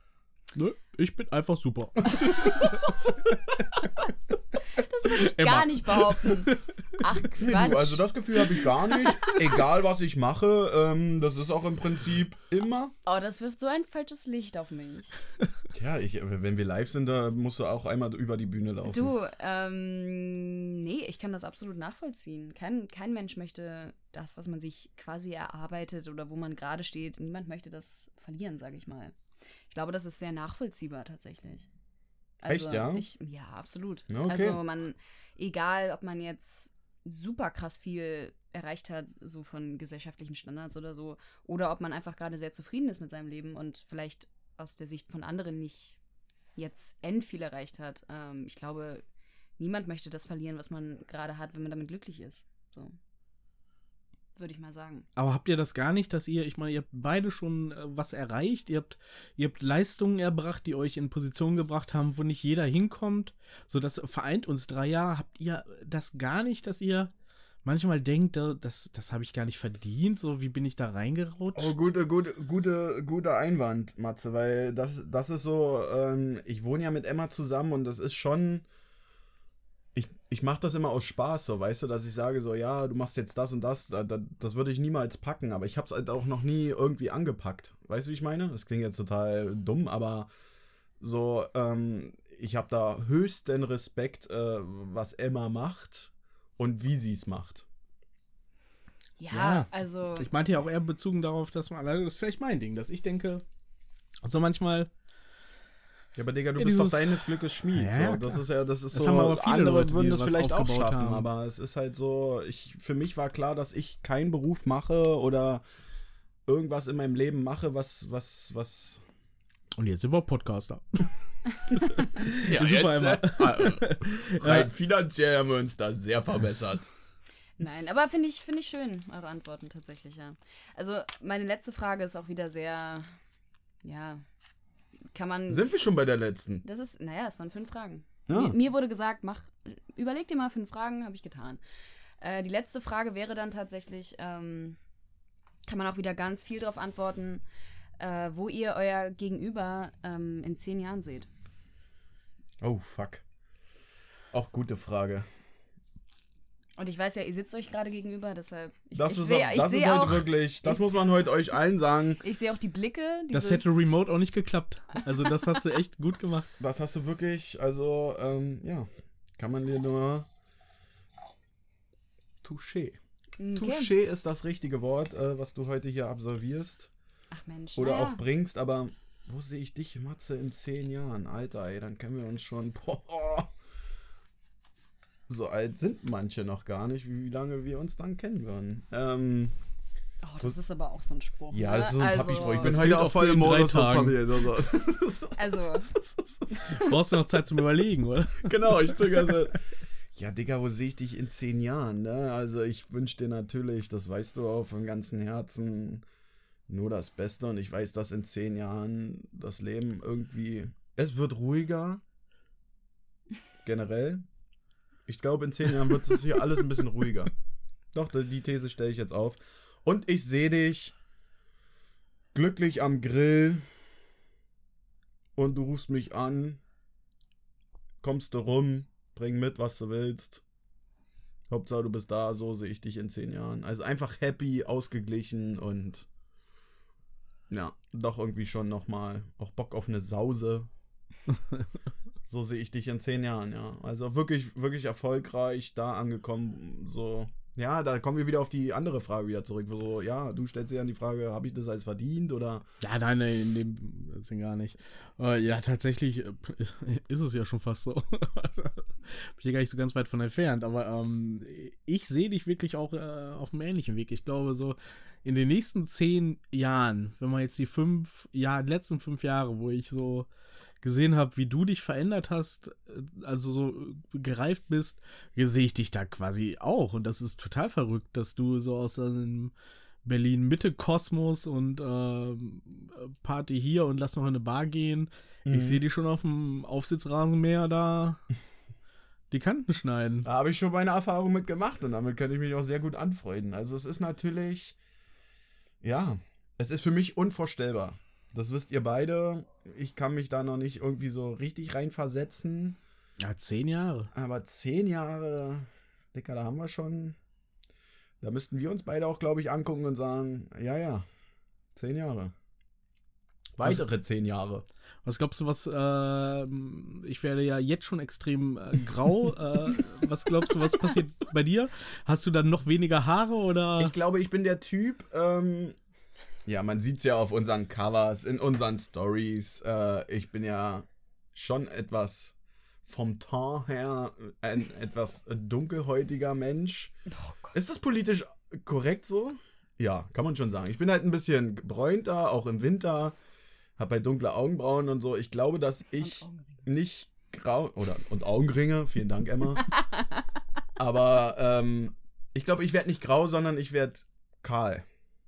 Nö, ich bin einfach super. Das würde ich Emma. gar nicht behaupten. Ach, Quatsch. Du, also das Gefühl habe ich gar nicht. Egal, was ich mache, ähm, das ist auch im Prinzip immer. Oh, das wirft so ein falsches Licht auf mich. Tja, ich, wenn wir live sind, da musst du auch einmal über die Bühne laufen. Du, ähm, nee, ich kann das absolut nachvollziehen. Kein, kein Mensch möchte das, was man sich quasi erarbeitet oder wo man gerade steht. Niemand möchte das verlieren, sage ich mal. Ich glaube, das ist sehr nachvollziehbar tatsächlich. Also, Echt, ja? Ich, ja, absolut. Ja, okay. Also man, egal ob man jetzt super krass viel erreicht hat, so von gesellschaftlichen Standards oder so, oder ob man einfach gerade sehr zufrieden ist mit seinem Leben und vielleicht aus der Sicht von anderen nicht jetzt end viel erreicht hat. Ähm, ich glaube, niemand möchte das verlieren, was man gerade hat, wenn man damit glücklich ist. So. würde ich mal sagen. Aber habt ihr das gar nicht, dass ihr, ich meine, ihr habt beide schon äh, was erreicht, ihr habt, ihr habt Leistungen erbracht, die euch in Positionen gebracht haben, wo nicht jeder hinkommt. So, das vereint uns drei Jahre. Habt ihr das gar nicht, dass ihr manchmal denkt, äh, das, das habe ich gar nicht verdient, so wie bin ich da reingerutscht? Oh, gute, gute, gute, guter Einwand, Matze, weil das, das ist so, ähm, ich wohne ja mit Emma zusammen und das ist schon, ich, ich mache das immer aus Spaß, so, weißt du, dass ich sage so, ja, du machst jetzt das und das, da, da, das würde ich niemals packen, aber ich habe es halt auch noch nie irgendwie angepackt, weißt du, wie ich meine? Das klingt jetzt total dumm, aber so, ähm, ich habe da höchsten Respekt, äh, was Emma macht und wie sie es macht. Ja, Ja. also. Ich meinte ja auch eher bezogen darauf, dass man, also das ist vielleicht mein Ding, dass ich denke, also manchmal, Ja, aber Digga, du Ja, bist dieses- doch deines Glückes Schmied. Ja, ja, so. Das klar. ist ja, das ist Das so, haben aber viele andere Leute, würden die das was vielleicht auch aufgebaut schaffen, haben. aber es ist halt so, ich, für mich war klar, dass ich keinen Beruf mache oder irgendwas in meinem Leben mache, was, was, was... und jetzt sind wir Podcaster. Ja, Super, Emma. äh, rein finanziell haben wir uns da sehr verbessert. Nein, aber finde ich, finde ich schön, eure Antworten tatsächlich, ja. Also, meine letzte Frage ist auch wieder sehr, ja, kann man. Sind wir schon bei der letzten? Das ist, naja, es waren fünf Fragen. Ja. Mir, mir wurde gesagt, mach, überleg dir mal fünf Fragen, habe ich getan. Äh, die letzte Frage wäre dann tatsächlich, ähm, kann man auch wieder ganz viel drauf antworten, äh, wo ihr euer Gegenüber ähm, in zehn Jahren seht. Oh, fuck. Auch gute Frage. Und ich weiß ja, ihr sitzt euch gerade gegenüber, deshalb. Ich, Das ich ist, sehe auch- ich das seh ist heute auch, wirklich, das ich- muss man heute euch allen sagen. ich sehe auch die Blicke. Das Dieses, hätte remote auch nicht geklappt. Also das hast du echt gut gemacht. Das hast du wirklich, also, ähm, ja, kann man dir nur... Touché. Okay. Touché ist das richtige Wort, äh, was du heute hier absolvierst Ach Mensch, oder naja. auch bringst, aber wo sehe ich dich, Matze, in zehn Jahren? Alter, ey, dann kennen wir uns schon, boah, so alt sind manche noch gar nicht, wie lange wir uns dann kennen würden. Ähm, Oh, das ist aber auch so ein Spruch. ja, ne? das ist so ein also, Papi-Spruch. Ich bin Das heute gilt auch auch voll für im in drei Modus von Tagen. Papi. So, so. Also, Brauchst du noch Zeit zum Überlegen, oder? Genau, ich zögere so. Ja, Digga, wo sehe ich dich in zehn Jahren, ne? Also ich wünsche dir natürlich, das weißt du auch von ganzem Herzen, nur das Beste. Und ich weiß, dass in zehn Jahren das Leben irgendwie, es wird ruhiger, generell. Ich glaube, in zehn Jahren wird es hier alles ein bisschen ruhiger. Doch, die These stelle ich jetzt auf. Und ich sehe dich glücklich am Grill und du rufst mich an, kommst du rum, bring mit, was du willst. Hauptsache, du bist da, so sehe ich dich in zehn Jahren. Also einfach happy, ausgeglichen und ja, doch irgendwie schon nochmal auch Bock auf eine Sause. So sehe ich dich in zehn Jahren, ja. Also wirklich, wirklich erfolgreich da angekommen, so. Ja, da kommen wir wieder auf die andere Frage wieder zurück, wo so, ja, du stellst dir dann die Frage, habe ich das als verdient oder? Ja, nein, nein, in dem Sinn gar nicht. Äh, ja, tatsächlich äh, ist es ja schon fast so. Also, bin ich ja gar nicht so ganz weit von entfernt, aber ähm, ich sehe dich wirklich auch äh, auf einem ähnlichen Weg. Ich glaube, so in den nächsten zehn Jahren, wenn man jetzt die fünf, ja, letzten fünf Jahre, wo ich so gesehen habe, wie du dich verändert hast, also so gereift bist, sehe ich dich da quasi auch. Und das ist total verrückt, dass du so aus einem Berlin-Mitte-Kosmos und äh, Party hier und lass noch in eine Bar gehen. Mhm. Ich sehe dich schon auf dem Aufsitzrasenmäher da die Kanten schneiden. Da habe ich schon meine Erfahrung mit gemacht und damit kann ich mich auch sehr gut anfreunden. Also es ist natürlich, ja, es ist für mich unvorstellbar. Das wisst ihr beide. Ich kann mich da noch nicht irgendwie so richtig reinversetzen. Ja, zehn Jahre. Aber zehn Jahre, Dicker, da haben wir schon. Da müssten wir uns beide auch, glaube ich, angucken und sagen, ja, ja, zehn Jahre. Weitere was, zehn Jahre. Was glaubst du, was, äh, ich werde ja jetzt schon extrem äh, grau. äh, was glaubst du, was passiert bei dir? Hast du dann noch weniger Haare oder? Ich glaube, ich bin der Typ, ähm, ja, man sieht es ja auf unseren Covers, in unseren Stories. Äh, ich bin ja schon etwas vom Teint her ein etwas dunkelhäutiger Mensch. Oh Gott. Ist das politisch korrekt so? Ja, kann man schon sagen. Ich bin halt ein bisschen gebräunter, auch im Winter. Hab halt dunkle Augenbrauen und so. Ich glaube, dass ich nicht grau... Oder, und Augenringe. Vielen Dank, Emma. Aber ähm, ich glaube, ich werde nicht grau, sondern ich werde kahl.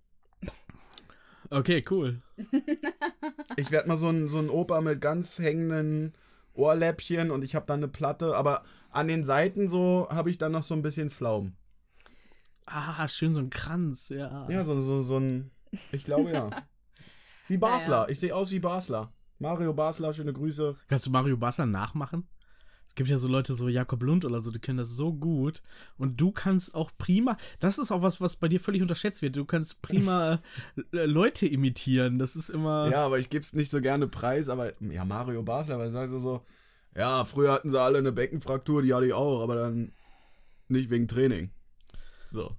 Okay, cool. Ich werde mal so ein, so ein Opa mit ganz hängenden Ohrläppchen und ich habe dann eine Platte, aber an den Seiten so habe ich dann noch so ein bisschen Pflaumen. Ah, schön so ein Kranz, ja. Ja, so, so, so ein, ich glaube ja. Wie Basler, Naja. ich sehe aus wie Basler. Mario Basler, schöne Grüße. Kannst du Mario Basler nachmachen? Es gibt ja so Leute, so Jakob Lund oder so, die können das so gut. Und du kannst auch prima, das ist auch was, was bei dir völlig unterschätzt wird. Du kannst prima äh, Leute imitieren. Das ist immer. Ja, aber ich gebe es nicht so gerne preis, aber ja, Mario Basler, weil sagst du so, ja, früher hatten sie alle eine Beckenfraktur, die hatte ich auch, aber dann nicht wegen Training. So.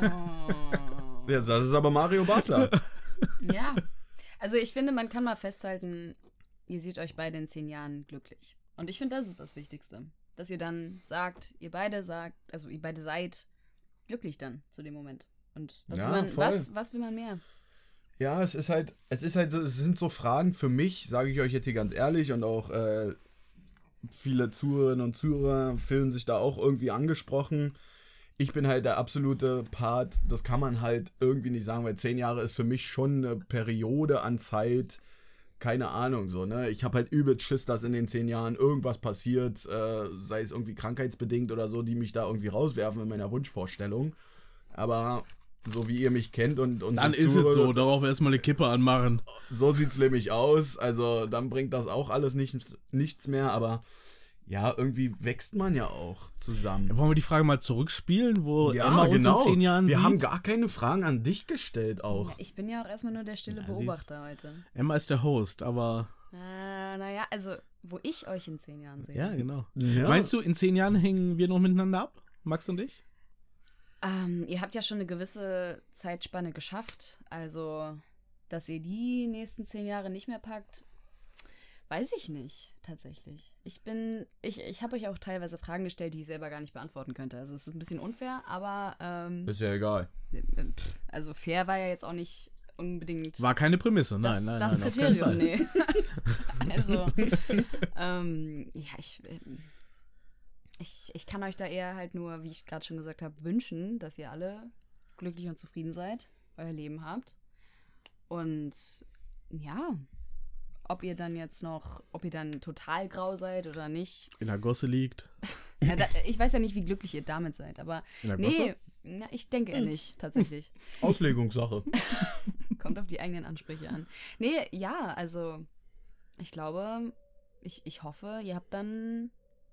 Oh. Ja, das ist aber Mario Basler. Ja. Also ich finde, man kann mal festhalten, ihr seht euch beide in zehn Jahren glücklich. Und ich finde, das ist das Wichtigste. Dass ihr dann sagt, ihr beide sagt, also ihr beide seid glücklich dann zu dem Moment. Und was, Ja, will, man, voll. was, was will man mehr? Ja, es ist halt, es ist halt, so, es sind so Fragen für mich, sage ich euch jetzt hier ganz ehrlich, und auch äh, viele Zuhörerinnen und Zuhörer fühlen sich da auch irgendwie angesprochen. Ich bin halt der absolute Part, das kann man halt irgendwie nicht sagen, weil zehn Jahre ist für mich schon eine Periode an Zeit, keine Ahnung, so, ne? Ich habe halt übelst Schiss, dass in den zehn Jahren irgendwas passiert, äh, sei es irgendwie krankheitsbedingt oder so, die mich da irgendwie rauswerfen in meiner Wunschvorstellung. Aber so wie ihr mich kennt und, und Dann so ist es zuhört, so, darauf erstmal eine Kippe anmachen. so sieht's nämlich aus. Also dann bringt das auch alles nichts, nichts mehr, aber ja, irgendwie wächst man ja auch zusammen. Wollen wir die Frage mal zurückspielen, wo Ja, Emma uns genau. in zehn Jahren Wir sieht? haben gar keine Fragen an dich gestellt auch. Ich bin ja auch erstmal nur der stille Ja, sie ist- Beobachter heute. Emma ist der Host, aber Äh, naja, also wo ich euch in zehn Jahren sehe. ja, genau. Ja. Meinst du, in zehn Jahren hängen wir noch miteinander ab? Max und ich? Ähm, ihr habt ja schon eine gewisse Zeitspanne geschafft. Also, dass ihr die nächsten zehn Jahre nicht mehr packt, weiß ich nicht, tatsächlich. Ich bin, ich, ich habe euch auch teilweise Fragen gestellt, die ich selber gar nicht beantworten könnte. Also es ist ein bisschen unfair, aber ähm, Ist ja egal. äh, pff, also fair war ja jetzt auch nicht unbedingt War keine Prämisse, nein, das, nein, das nein. auf keinen Kriterium, Fall. nee. Also, ähm, ja, ich, ähm, ich, ich kann euch da eher halt nur, wie ich gerade schon gesagt habe, wünschen, dass ihr alle glücklich und zufrieden seid, euer Leben habt. Und ja, ob ihr dann jetzt noch, ob ihr dann total grau seid oder nicht. In der Gosse liegt. Ja, da, ich weiß ja nicht, wie glücklich ihr damit seid, aber In der nee, Gosse? ja, ich denke eher nicht, tatsächlich. Auslegungssache. Kommt auf die eigenen Ansprüche an. Nee, ja, also ich glaube, ich, ich hoffe, ihr habt dann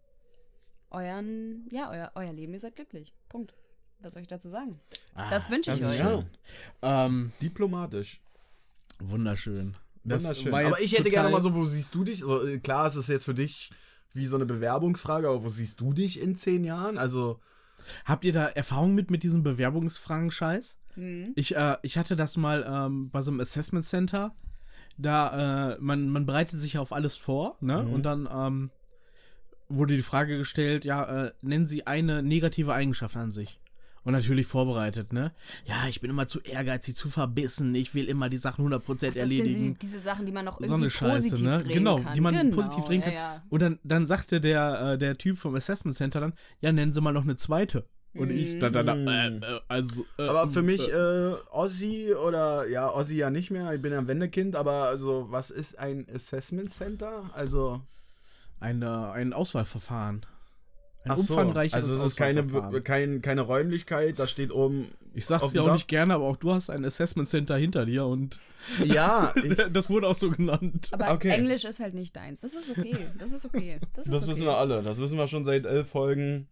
euren, ja, euer, euer Leben, ihr seid glücklich. Punkt. Was soll ich dazu sagen? Ah, Das wünsche ich das ist euch. schön. Ähm, Diplomatisch. wunderschön. Das Wunderschön. war Aber jetzt ich hätte total- gerne mal so, wo siehst du dich? Also, äh, klar, es ist jetzt für dich wie so eine Bewerbungsfrage, aber wo siehst du dich in zehn Jahren? Also, Habt ihr da Erfahrung mit, mit diesem Bewerbungsfragen-Scheiß? Mhm. Ich, äh, ich hatte das mal ähm, bei so einem Assessment Center. Da, äh, man, man bereitet sich ja auf alles vor, ne? Mhm. Und dann ähm, wurde die Frage gestellt, ja, äh, nennen Sie eine negative Eigenschaft an sich. Und natürlich vorbereitet, ne? Ja, ich bin immer zu ehrgeizig, zu verbissen, ich will immer die Sachen hundert Prozent Das sind erledigen. sie, diese Sachen, die man noch So irgendwie eine Scheiße, positiv ne? drehen Genau, kann. die man genau, positiv drehen kann. Ja, ja. Und dann, dann sagte der, äh, der Typ vom Assessment Center dann, ja, nennen Sie mal noch eine zweite. Und ich dann, dann, dann äh, Mhm. äh, also. Äh, aber für mich, Äh, äh, Ossi oder, ja, Ossi ja nicht mehr, ich bin ja ein Wendekind, aber also, was ist ein Assessment Center? Also, eine, ein Auswahlverfahren. Ein ach so, umfangreiches also es ist keine, Auswahlverfahren. kein, keine Räumlichkeit, da steht oben. Ich sag's auf dir dem auch Dach. nicht gerne, aber auch du hast ein Assessment Center hinter dir und Ja, ich, das wurde auch so genannt. Aber Okay. Englisch ist halt nicht deins. Das ist okay. Das ist okay. Das, ist das okay. wissen wir alle, das wissen wir schon seit elf Folgen.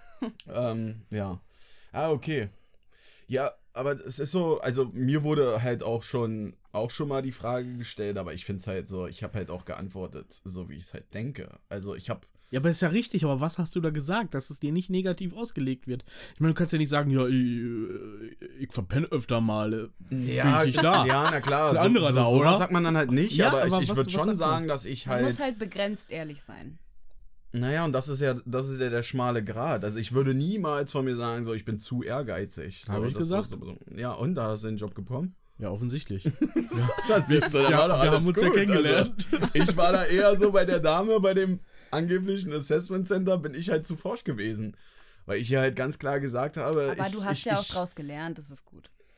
ähm, ja. Ah, okay. Ja, aber es ist so, also mir wurde halt auch schon, auch schon mal die Frage gestellt, aber ich finde es halt so, ich habe halt auch geantwortet, so wie ich es halt denke. Also ich habe Ja, aber ist ja richtig, aber was hast du da gesagt, dass es dir nicht negativ ausgelegt wird? Ich meine, du kannst ja nicht sagen, ja, ich, ich verpenne öfter mal. äh, Ja, bin ich nicht da. ja, na klar. Ist ein anderer da, sowas oder? sagt man dann halt nicht, Ja, aber, aber ich, ich was- würde was schon sagt man? sagen, dass ich Man halt, muss halt begrenzt ehrlich sein. naja, und das ist ja, das ist ja der schmale Grat. Also ich würde niemals von mir sagen, so, ich bin zu ehrgeizig. So, Hab ich das- gesagt? So, so, ja, und, da hast du den Job bekommen? Ja, offensichtlich. Das siehst du, da war doch alles gut, Also, ich war da eher so bei der Dame, bei dem angeblichen Assessment Center, bin ich halt zu forsch gewesen. Weil ich ja halt ganz klar gesagt habe, Aber ich, du hast ich, ja ich, auch draus gelernt, das ist gut.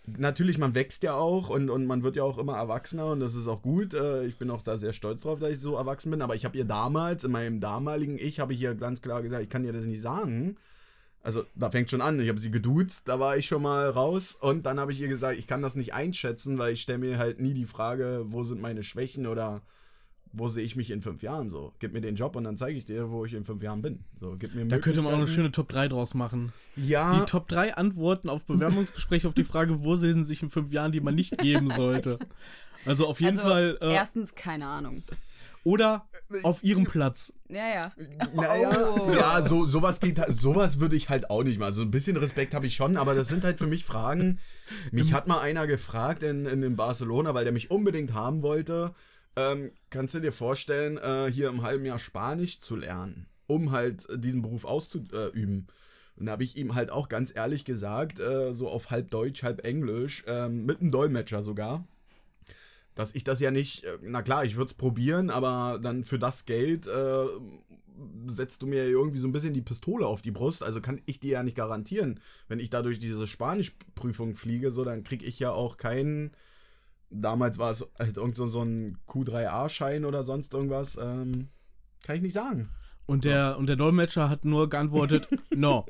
natürlich, man wächst ja auch und, und man wird ja auch immer erwachsener und das ist auch gut. Äh, ich bin auch da sehr stolz drauf, dass ich so erwachsen bin, aber ich habe ihr damals, in meinem damaligen Ich, habe ich ihr ganz klar gesagt, ich kann dir das nicht sagen. Also, da fängt schon an, ich habe sie geduzt, da war ich schon mal raus und dann habe ich ihr gesagt, ich kann das nicht einschätzen, weil ich stelle mir halt nie die Frage, wo sind meine Schwächen oder wo sehe ich mich in fünf Jahren so. Gib mir den Job und dann zeige ich dir, wo ich in fünf Jahren bin. So, gib mir Da könnte man auch eine Möglichkeiten. schöne Top drei draus machen. Ja. Die Top drei Antworten auf Bewerbungsgespräche auf die Frage, wo sehen sie sich in fünf Jahren, die man nicht geben sollte. Also auf jeden Also, Fall. Äh, erstens, keine Ahnung. Oder auf ihrem Platz. Ja, ja. Naja, Oh. ja, so, sowas geht, sowas würde ich halt auch nicht mal. So ein bisschen Respekt habe ich schon, aber das sind halt für mich Fragen. Mich hat mal einer gefragt in, in, in Barcelona, weil der mich unbedingt haben wollte. Ähm, kannst du dir vorstellen, äh, hier im halben Jahr Spanisch zu lernen, um halt diesen Beruf auszuüben? Und da habe ich ihm halt auch ganz ehrlich gesagt, äh, so auf halb Deutsch, halb Englisch, ähm, mit einem Dolmetscher sogar, dass ich das ja nicht, äh, na klar, ich würde es probieren, aber dann für das Geld äh, setzt du mir irgendwie so ein bisschen die Pistole auf die Brust, also kann ich dir ja nicht garantieren, wenn ich da durch diese Spanischprüfung fliege, so, dann kriege ich ja auch keinen, damals war es halt irgend so, so ein Q drei A-Schein oder sonst irgendwas, ähm, kann ich nicht sagen. Und der, und der Dolmetscher hat nur geantwortet, no.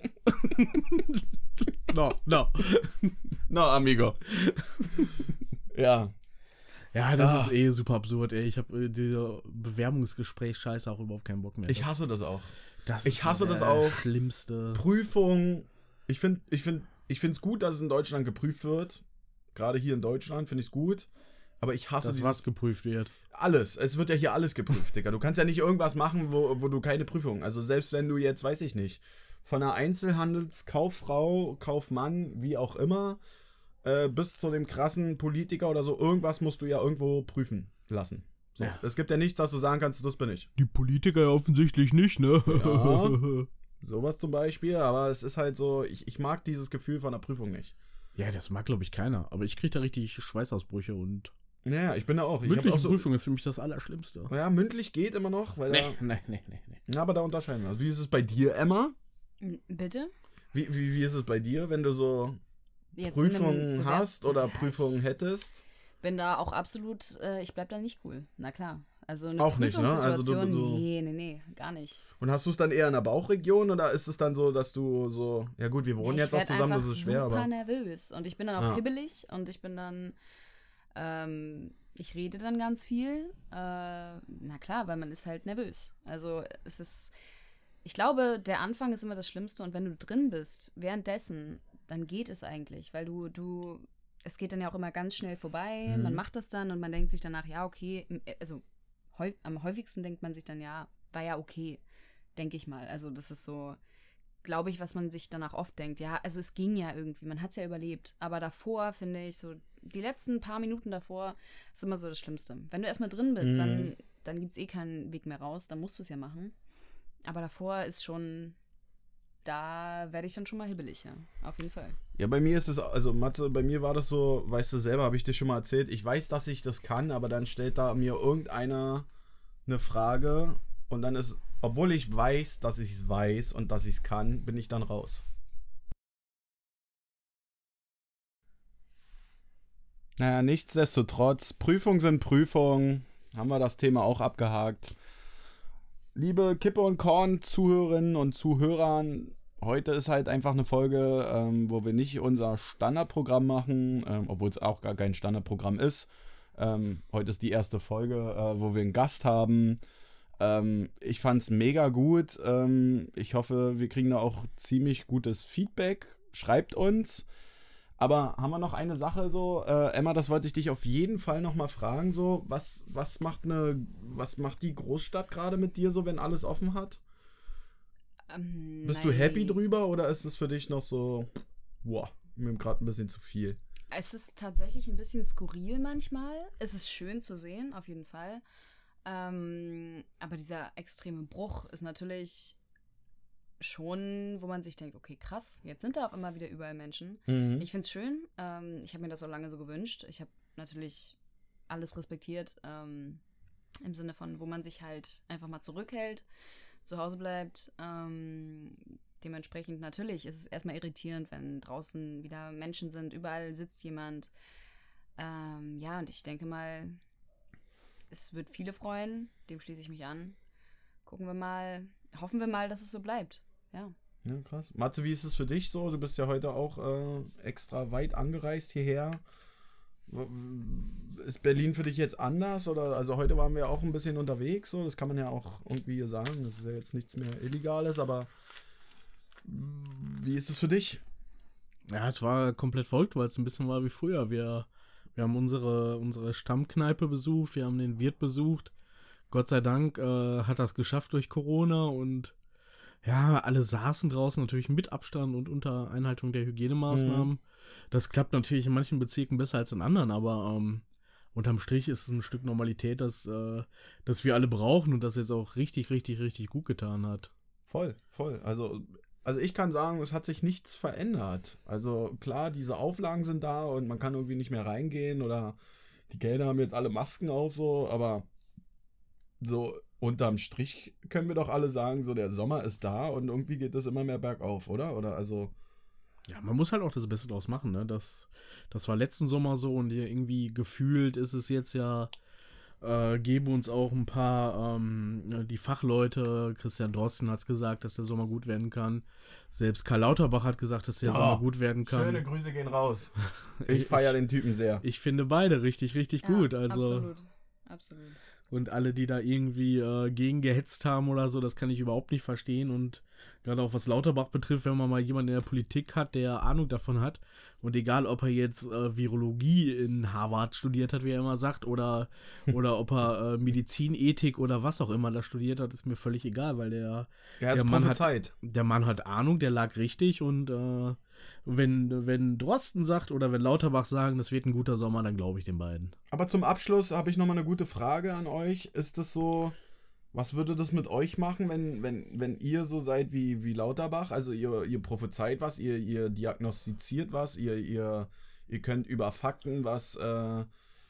no, no. No, amigo. Ja. Ja, das Ah. ist eh super absurd, ey. Ich habe äh, diese Bewerbungsgespräch-Scheiße auch überhaupt keinen Bock mehr. Ich hasse das auch. das ich ist hasse so das der auch. Schlimmste. Prüfung, ich finde ich find, ich finde es gut, dass es in Deutschland geprüft wird. Gerade hier in Deutschland finde ich es gut. Aber ich hasse Das, dieses... was geprüft wird. Alles. Es wird ja hier alles geprüft, Digga. Du kannst ja nicht irgendwas machen, wo, wo du keine Prüfung... Also selbst wenn du jetzt, weiß ich nicht, von einer Einzelhandelskauffrau, Kaufmann, wie auch immer, äh, bis zu dem krassen Politiker oder so, irgendwas musst du ja irgendwo prüfen lassen. So. Ja. Es gibt ja nichts, dass du sagen kannst, das bin ich. Die Politiker ja offensichtlich nicht, ne? Ja. Sowas zum Beispiel, aber es ist halt so, ich, ich mag dieses Gefühl von der Prüfung nicht. Ja, das mag, glaube ich, keiner. Aber ich kriege da richtig Schweißausbrüche und Naja, ich bin da auch. Ich hab mündliche auch so, Prüfung ist für mich das Allerschlimmste. naja, mündlich geht immer noch, weil Nee, da, nee, nee, nee, nee. ja, aber da unterscheiden wir. Wie ist es bei dir, Emma? M- Bitte? Wie, wie, wie ist es bei dir, wenn du so Jetzt in einem Prüfungen Bewerb- hast oder Ja, Prüfungen ich hättest? bin da auch absolut, äh, ich bleib da nicht cool. Na klar. Also eine Auch nicht, ne? Also du- Prüfungssituation, du- nee, nee, nee, gar nicht. Und hast du es dann eher in der Bauchregion oder ist es dann so, dass du so, ja gut, wir wohnen Ja, jetzt auch werd zusammen, das einfach ist schwer, super aber nervös und ich bin dann auch Ja. hibbelig und ich bin dann, ähm, ich rede dann ganz viel. Äh, na klar, weil man ist halt nervös. Also es ist, ich glaube, der Anfang ist immer das Schlimmste und wenn du drin bist, währenddessen, dann geht es eigentlich, weil du, du, es geht dann ja auch immer ganz schnell vorbei, Mhm. man macht das dann und man denkt sich danach, ja, okay, also häu- am häufigsten denkt man sich dann, ja, war ja okay, denke ich mal. Also das ist so, glaube ich, was man sich danach oft denkt. Ja, also es ging ja irgendwie, man hat es ja überlebt. Aber davor, finde ich, so die letzten paar Minuten davor ist immer so das Schlimmste. Wenn du erstmal drin bist, Mhm. dann, dann gibt es eh keinen Weg mehr raus, dann musst du es ja machen. Aber davor ist schon, da werde ich dann schon mal hibbelig, ja, auf jeden Fall. ja, bei mir ist es, also Mathe, bei mir war das so, weißt du selber, habe ich dir schon mal erzählt, ich weiß, dass ich das kann, aber dann stellt da mir irgendeiner eine Frage und dann ist, obwohl ich weiß, dass ich es weiß und dass ich es kann, bin ich dann raus. Naja, nichtsdestotrotz, Prüfungen sind Prüfungen, haben wir das Thema auch abgehakt. Liebe Kippe und Korn Zuhörerinnen und Zuhörern, heute ist halt einfach eine Folge, ähm, wo wir nicht unser Standardprogramm machen, ähm, obwohl es auch gar kein Standardprogramm ist. Ähm, heute ist die erste Folge, äh, wo wir einen Gast haben. Ähm, ich fand's mega gut. Ähm, ich hoffe, wir kriegen da auch ziemlich gutes Feedback. Schreibt uns. Aber haben wir noch eine Sache so, äh, Emma, das wollte ich dich auf jeden Fall noch mal fragen, so, was, was macht eine, was macht die Großstadt gerade mit dir so, wenn alles offen hat? Ähm, Bist du nein. happy drüber oder ist es für dich noch so, boah, mir gerade ein bisschen zu viel? Es ist tatsächlich ein bisschen skurril manchmal. Es ist schön zu sehen, auf jeden Fall. Ähm, aber dieser extreme Bruch ist natürlich schon, wo man sich denkt, okay, krass, jetzt sind da auf einmal wieder überall Menschen. Mhm. Ich finde es schön. Ähm, ich habe mir das so lange so gewünscht. Ich habe natürlich alles respektiert, ähm, im Sinne von, wo man sich halt einfach mal zurückhält, zu Hause bleibt. Ähm, dementsprechend natürlich ist es erstmal irritierend, wenn draußen wieder Menschen sind, überall sitzt jemand. Ähm, ja, und ich denke mal, es wird viele freuen, dem schließe ich mich an. Gucken wir mal, hoffen wir mal, dass es so bleibt. Ja. Ja, krass. Matze, wie ist es für dich so? Du bist ja heute auch äh, extra weit angereist hierher. Ist Berlin für dich jetzt anders? Oder also heute waren wir auch ein bisschen unterwegs, so, das kann man ja auch irgendwie hier sagen. Das ist ja jetzt nichts mehr Illegales, aber wie ist es für dich? Ja, es war komplett verrückt, weil es ein bisschen war wie früher. Wir, wir haben unsere, unsere Stammkneipe besucht, wir haben den Wirt besucht. Gott sei Dank äh, hat das geschafft durch Corona und ja, alle saßen draußen natürlich mit Abstand und unter Einhaltung der Hygienemaßnahmen. Mhm. Das klappt natürlich in manchen Bezirken besser als in anderen, aber ähm, unterm Strich ist es ein Stück Normalität, das, äh, das wir alle brauchen und das jetzt auch richtig, richtig, richtig gut getan hat. Voll, voll. Also, also ich kann sagen, es hat sich nichts verändert. Also klar, diese Auflagen sind da und man kann irgendwie nicht mehr reingehen oder die Kellner haben jetzt alle Masken auf, so, aber so unterm Strich können wir doch alle sagen, so der Sommer ist da und irgendwie geht es immer mehr bergauf, oder? Oder also... Ja, man muss halt auch das Beste draus machen, ne? Das, das war letzten Sommer so und irgendwie gefühlt ist es jetzt ja, äh, geben uns auch ein paar, ähm, die Fachleute, Christian Drosten hat es gesagt, dass der Sommer gut werden kann. Selbst Karl Lauterbach hat gesagt, dass der oh, Sommer gut werden kann. Schöne Grüße gehen raus. Ich feiere den Typen sehr. Ich finde beide richtig, richtig ja, gut. Also, absolut, absolut. Und alle, die da irgendwie äh, gegen gehetzt haben oder so, das kann ich überhaupt nicht verstehen. Und gerade auch was Lauterbach betrifft, wenn man mal jemanden in der Politik hat, der Ahnung davon hat. Und egal, ob er jetzt äh, Virologie in Harvard studiert hat, wie er immer sagt, oder, oder ob er äh, Medizin, Ethik oder was auch immer da studiert hat, ist mir völlig egal, weil der, der, der, Mann, hat, der Mann hat Ahnung, der lag richtig. Und äh, wenn, wenn Drosten sagt oder wenn Lauterbach sagen, das wird ein guter Sommer, dann glaube ich den beiden. Aber zum Abschluss habe ich nochmal eine gute Frage an euch. Ist das so... Was würde das mit euch machen, wenn, wenn, wenn ihr so seid wie, wie Lauterbach? Also ihr, ihr prophezeit was, ihr, ihr diagnostiziert was, ihr, ihr, ihr könnt über Fakten was, äh,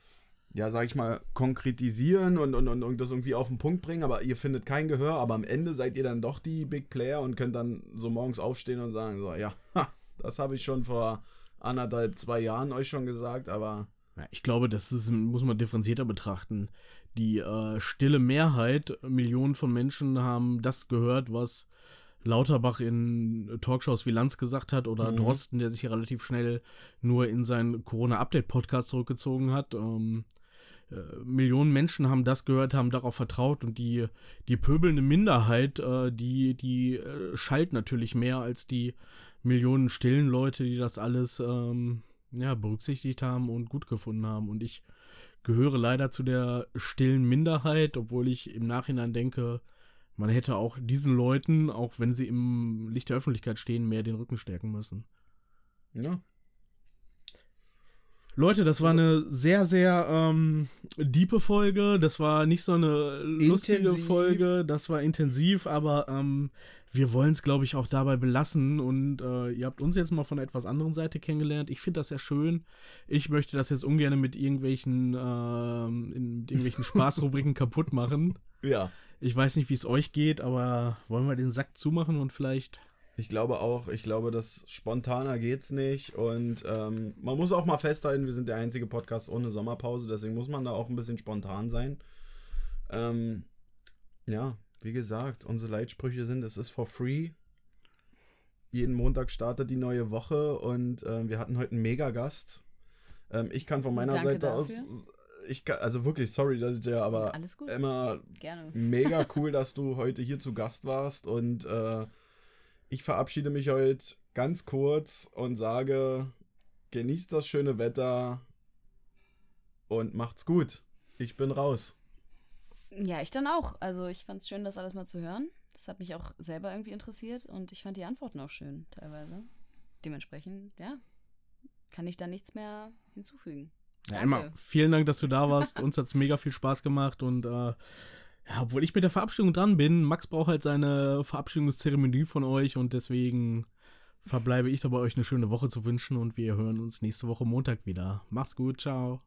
ja, sag ich mal, konkretisieren und, und, und, und das irgendwie auf den Punkt bringen, aber ihr findet kein Gehör, aber am Ende seid ihr dann doch die Big Player und könnt dann so morgens aufstehen und sagen, so, ja, ha, das habe ich schon vor anderthalb, zwei Jahren euch schon gesagt, aber... Ja, ich glaube, das ist, muss man differenzierter betrachten. Die äh, stille Mehrheit, Millionen von Menschen haben das gehört, was Lauterbach in Talkshows wie Lanz gesagt hat oder mhm. Drosten, der sich ja relativ schnell nur in seinen Corona-Update-Podcast zurückgezogen hat. Ähm, äh, Millionen Menschen haben das gehört, haben darauf vertraut und die, die pöbelnde Minderheit, äh, die, die äh, schallt natürlich mehr als die Millionen stillen Leute, die das alles ähm, ja, berücksichtigt haben und gut gefunden haben. Und ich gehöre leider zu der stillen Minderheit, obwohl ich im Nachhinein denke, man hätte auch diesen Leuten, auch wenn sie im Licht der Öffentlichkeit stehen, mehr den Rücken stärken müssen. Ja. Leute, das war eine sehr, sehr ähm, diepe Folge. Das war nicht so eine lustige intensiv. Folge. Das war intensiv, aber ähm, wir wollen es, glaube ich, auch dabei belassen. Und äh, ihr habt uns jetzt mal von einer etwas anderen Seite kennengelernt. Ich finde das sehr schön. Ich möchte das jetzt ungern mit irgendwelchen, äh, in, mit irgendwelchen Spaßrubriken kaputt machen. Ja. Ich weiß nicht, wie es euch geht, aber wollen wir den Sack zumachen und vielleicht... Ich glaube auch, ich glaube, dass spontaner geht's nicht und ähm, man muss auch mal festhalten, wir sind der einzige Podcast ohne Sommerpause, deswegen muss man da auch ein bisschen spontan sein. Ähm, ja, wie gesagt, unsere Leitsprüche sind, es ist for free. Jeden Montag startet die neue Woche und ähm, wir hatten heute einen Mega-Gast. Ähm, ich kann von meiner Danke Seite dafür. aus, ich kann, also wirklich, sorry, dass ich dir, aber Alles gut. Emma, Gerne. Mega cool, dass du heute hier zu Gast warst und äh, ich verabschiede mich heute ganz kurz und sage, genießt das schöne Wetter und macht's gut. Ich bin raus. Ja, ich dann auch. Also ich fand es schön, das alles mal zu hören. Das hat mich auch selber irgendwie interessiert und ich fand die Antworten auch schön teilweise. Dementsprechend, ja, kann ich da nichts mehr hinzufügen. Ja, Emma, vielen Dank, dass du da warst. Uns hat's mega viel Spaß gemacht und äh, ja, obwohl ich mit der Verabschiedung dran bin, Max braucht halt seine Verabschiedungszeremonie von euch und deswegen verbleibe ich dabei, euch eine schöne Woche zu wünschen und wir hören uns nächste Woche Montag wieder. Macht's gut, ciao.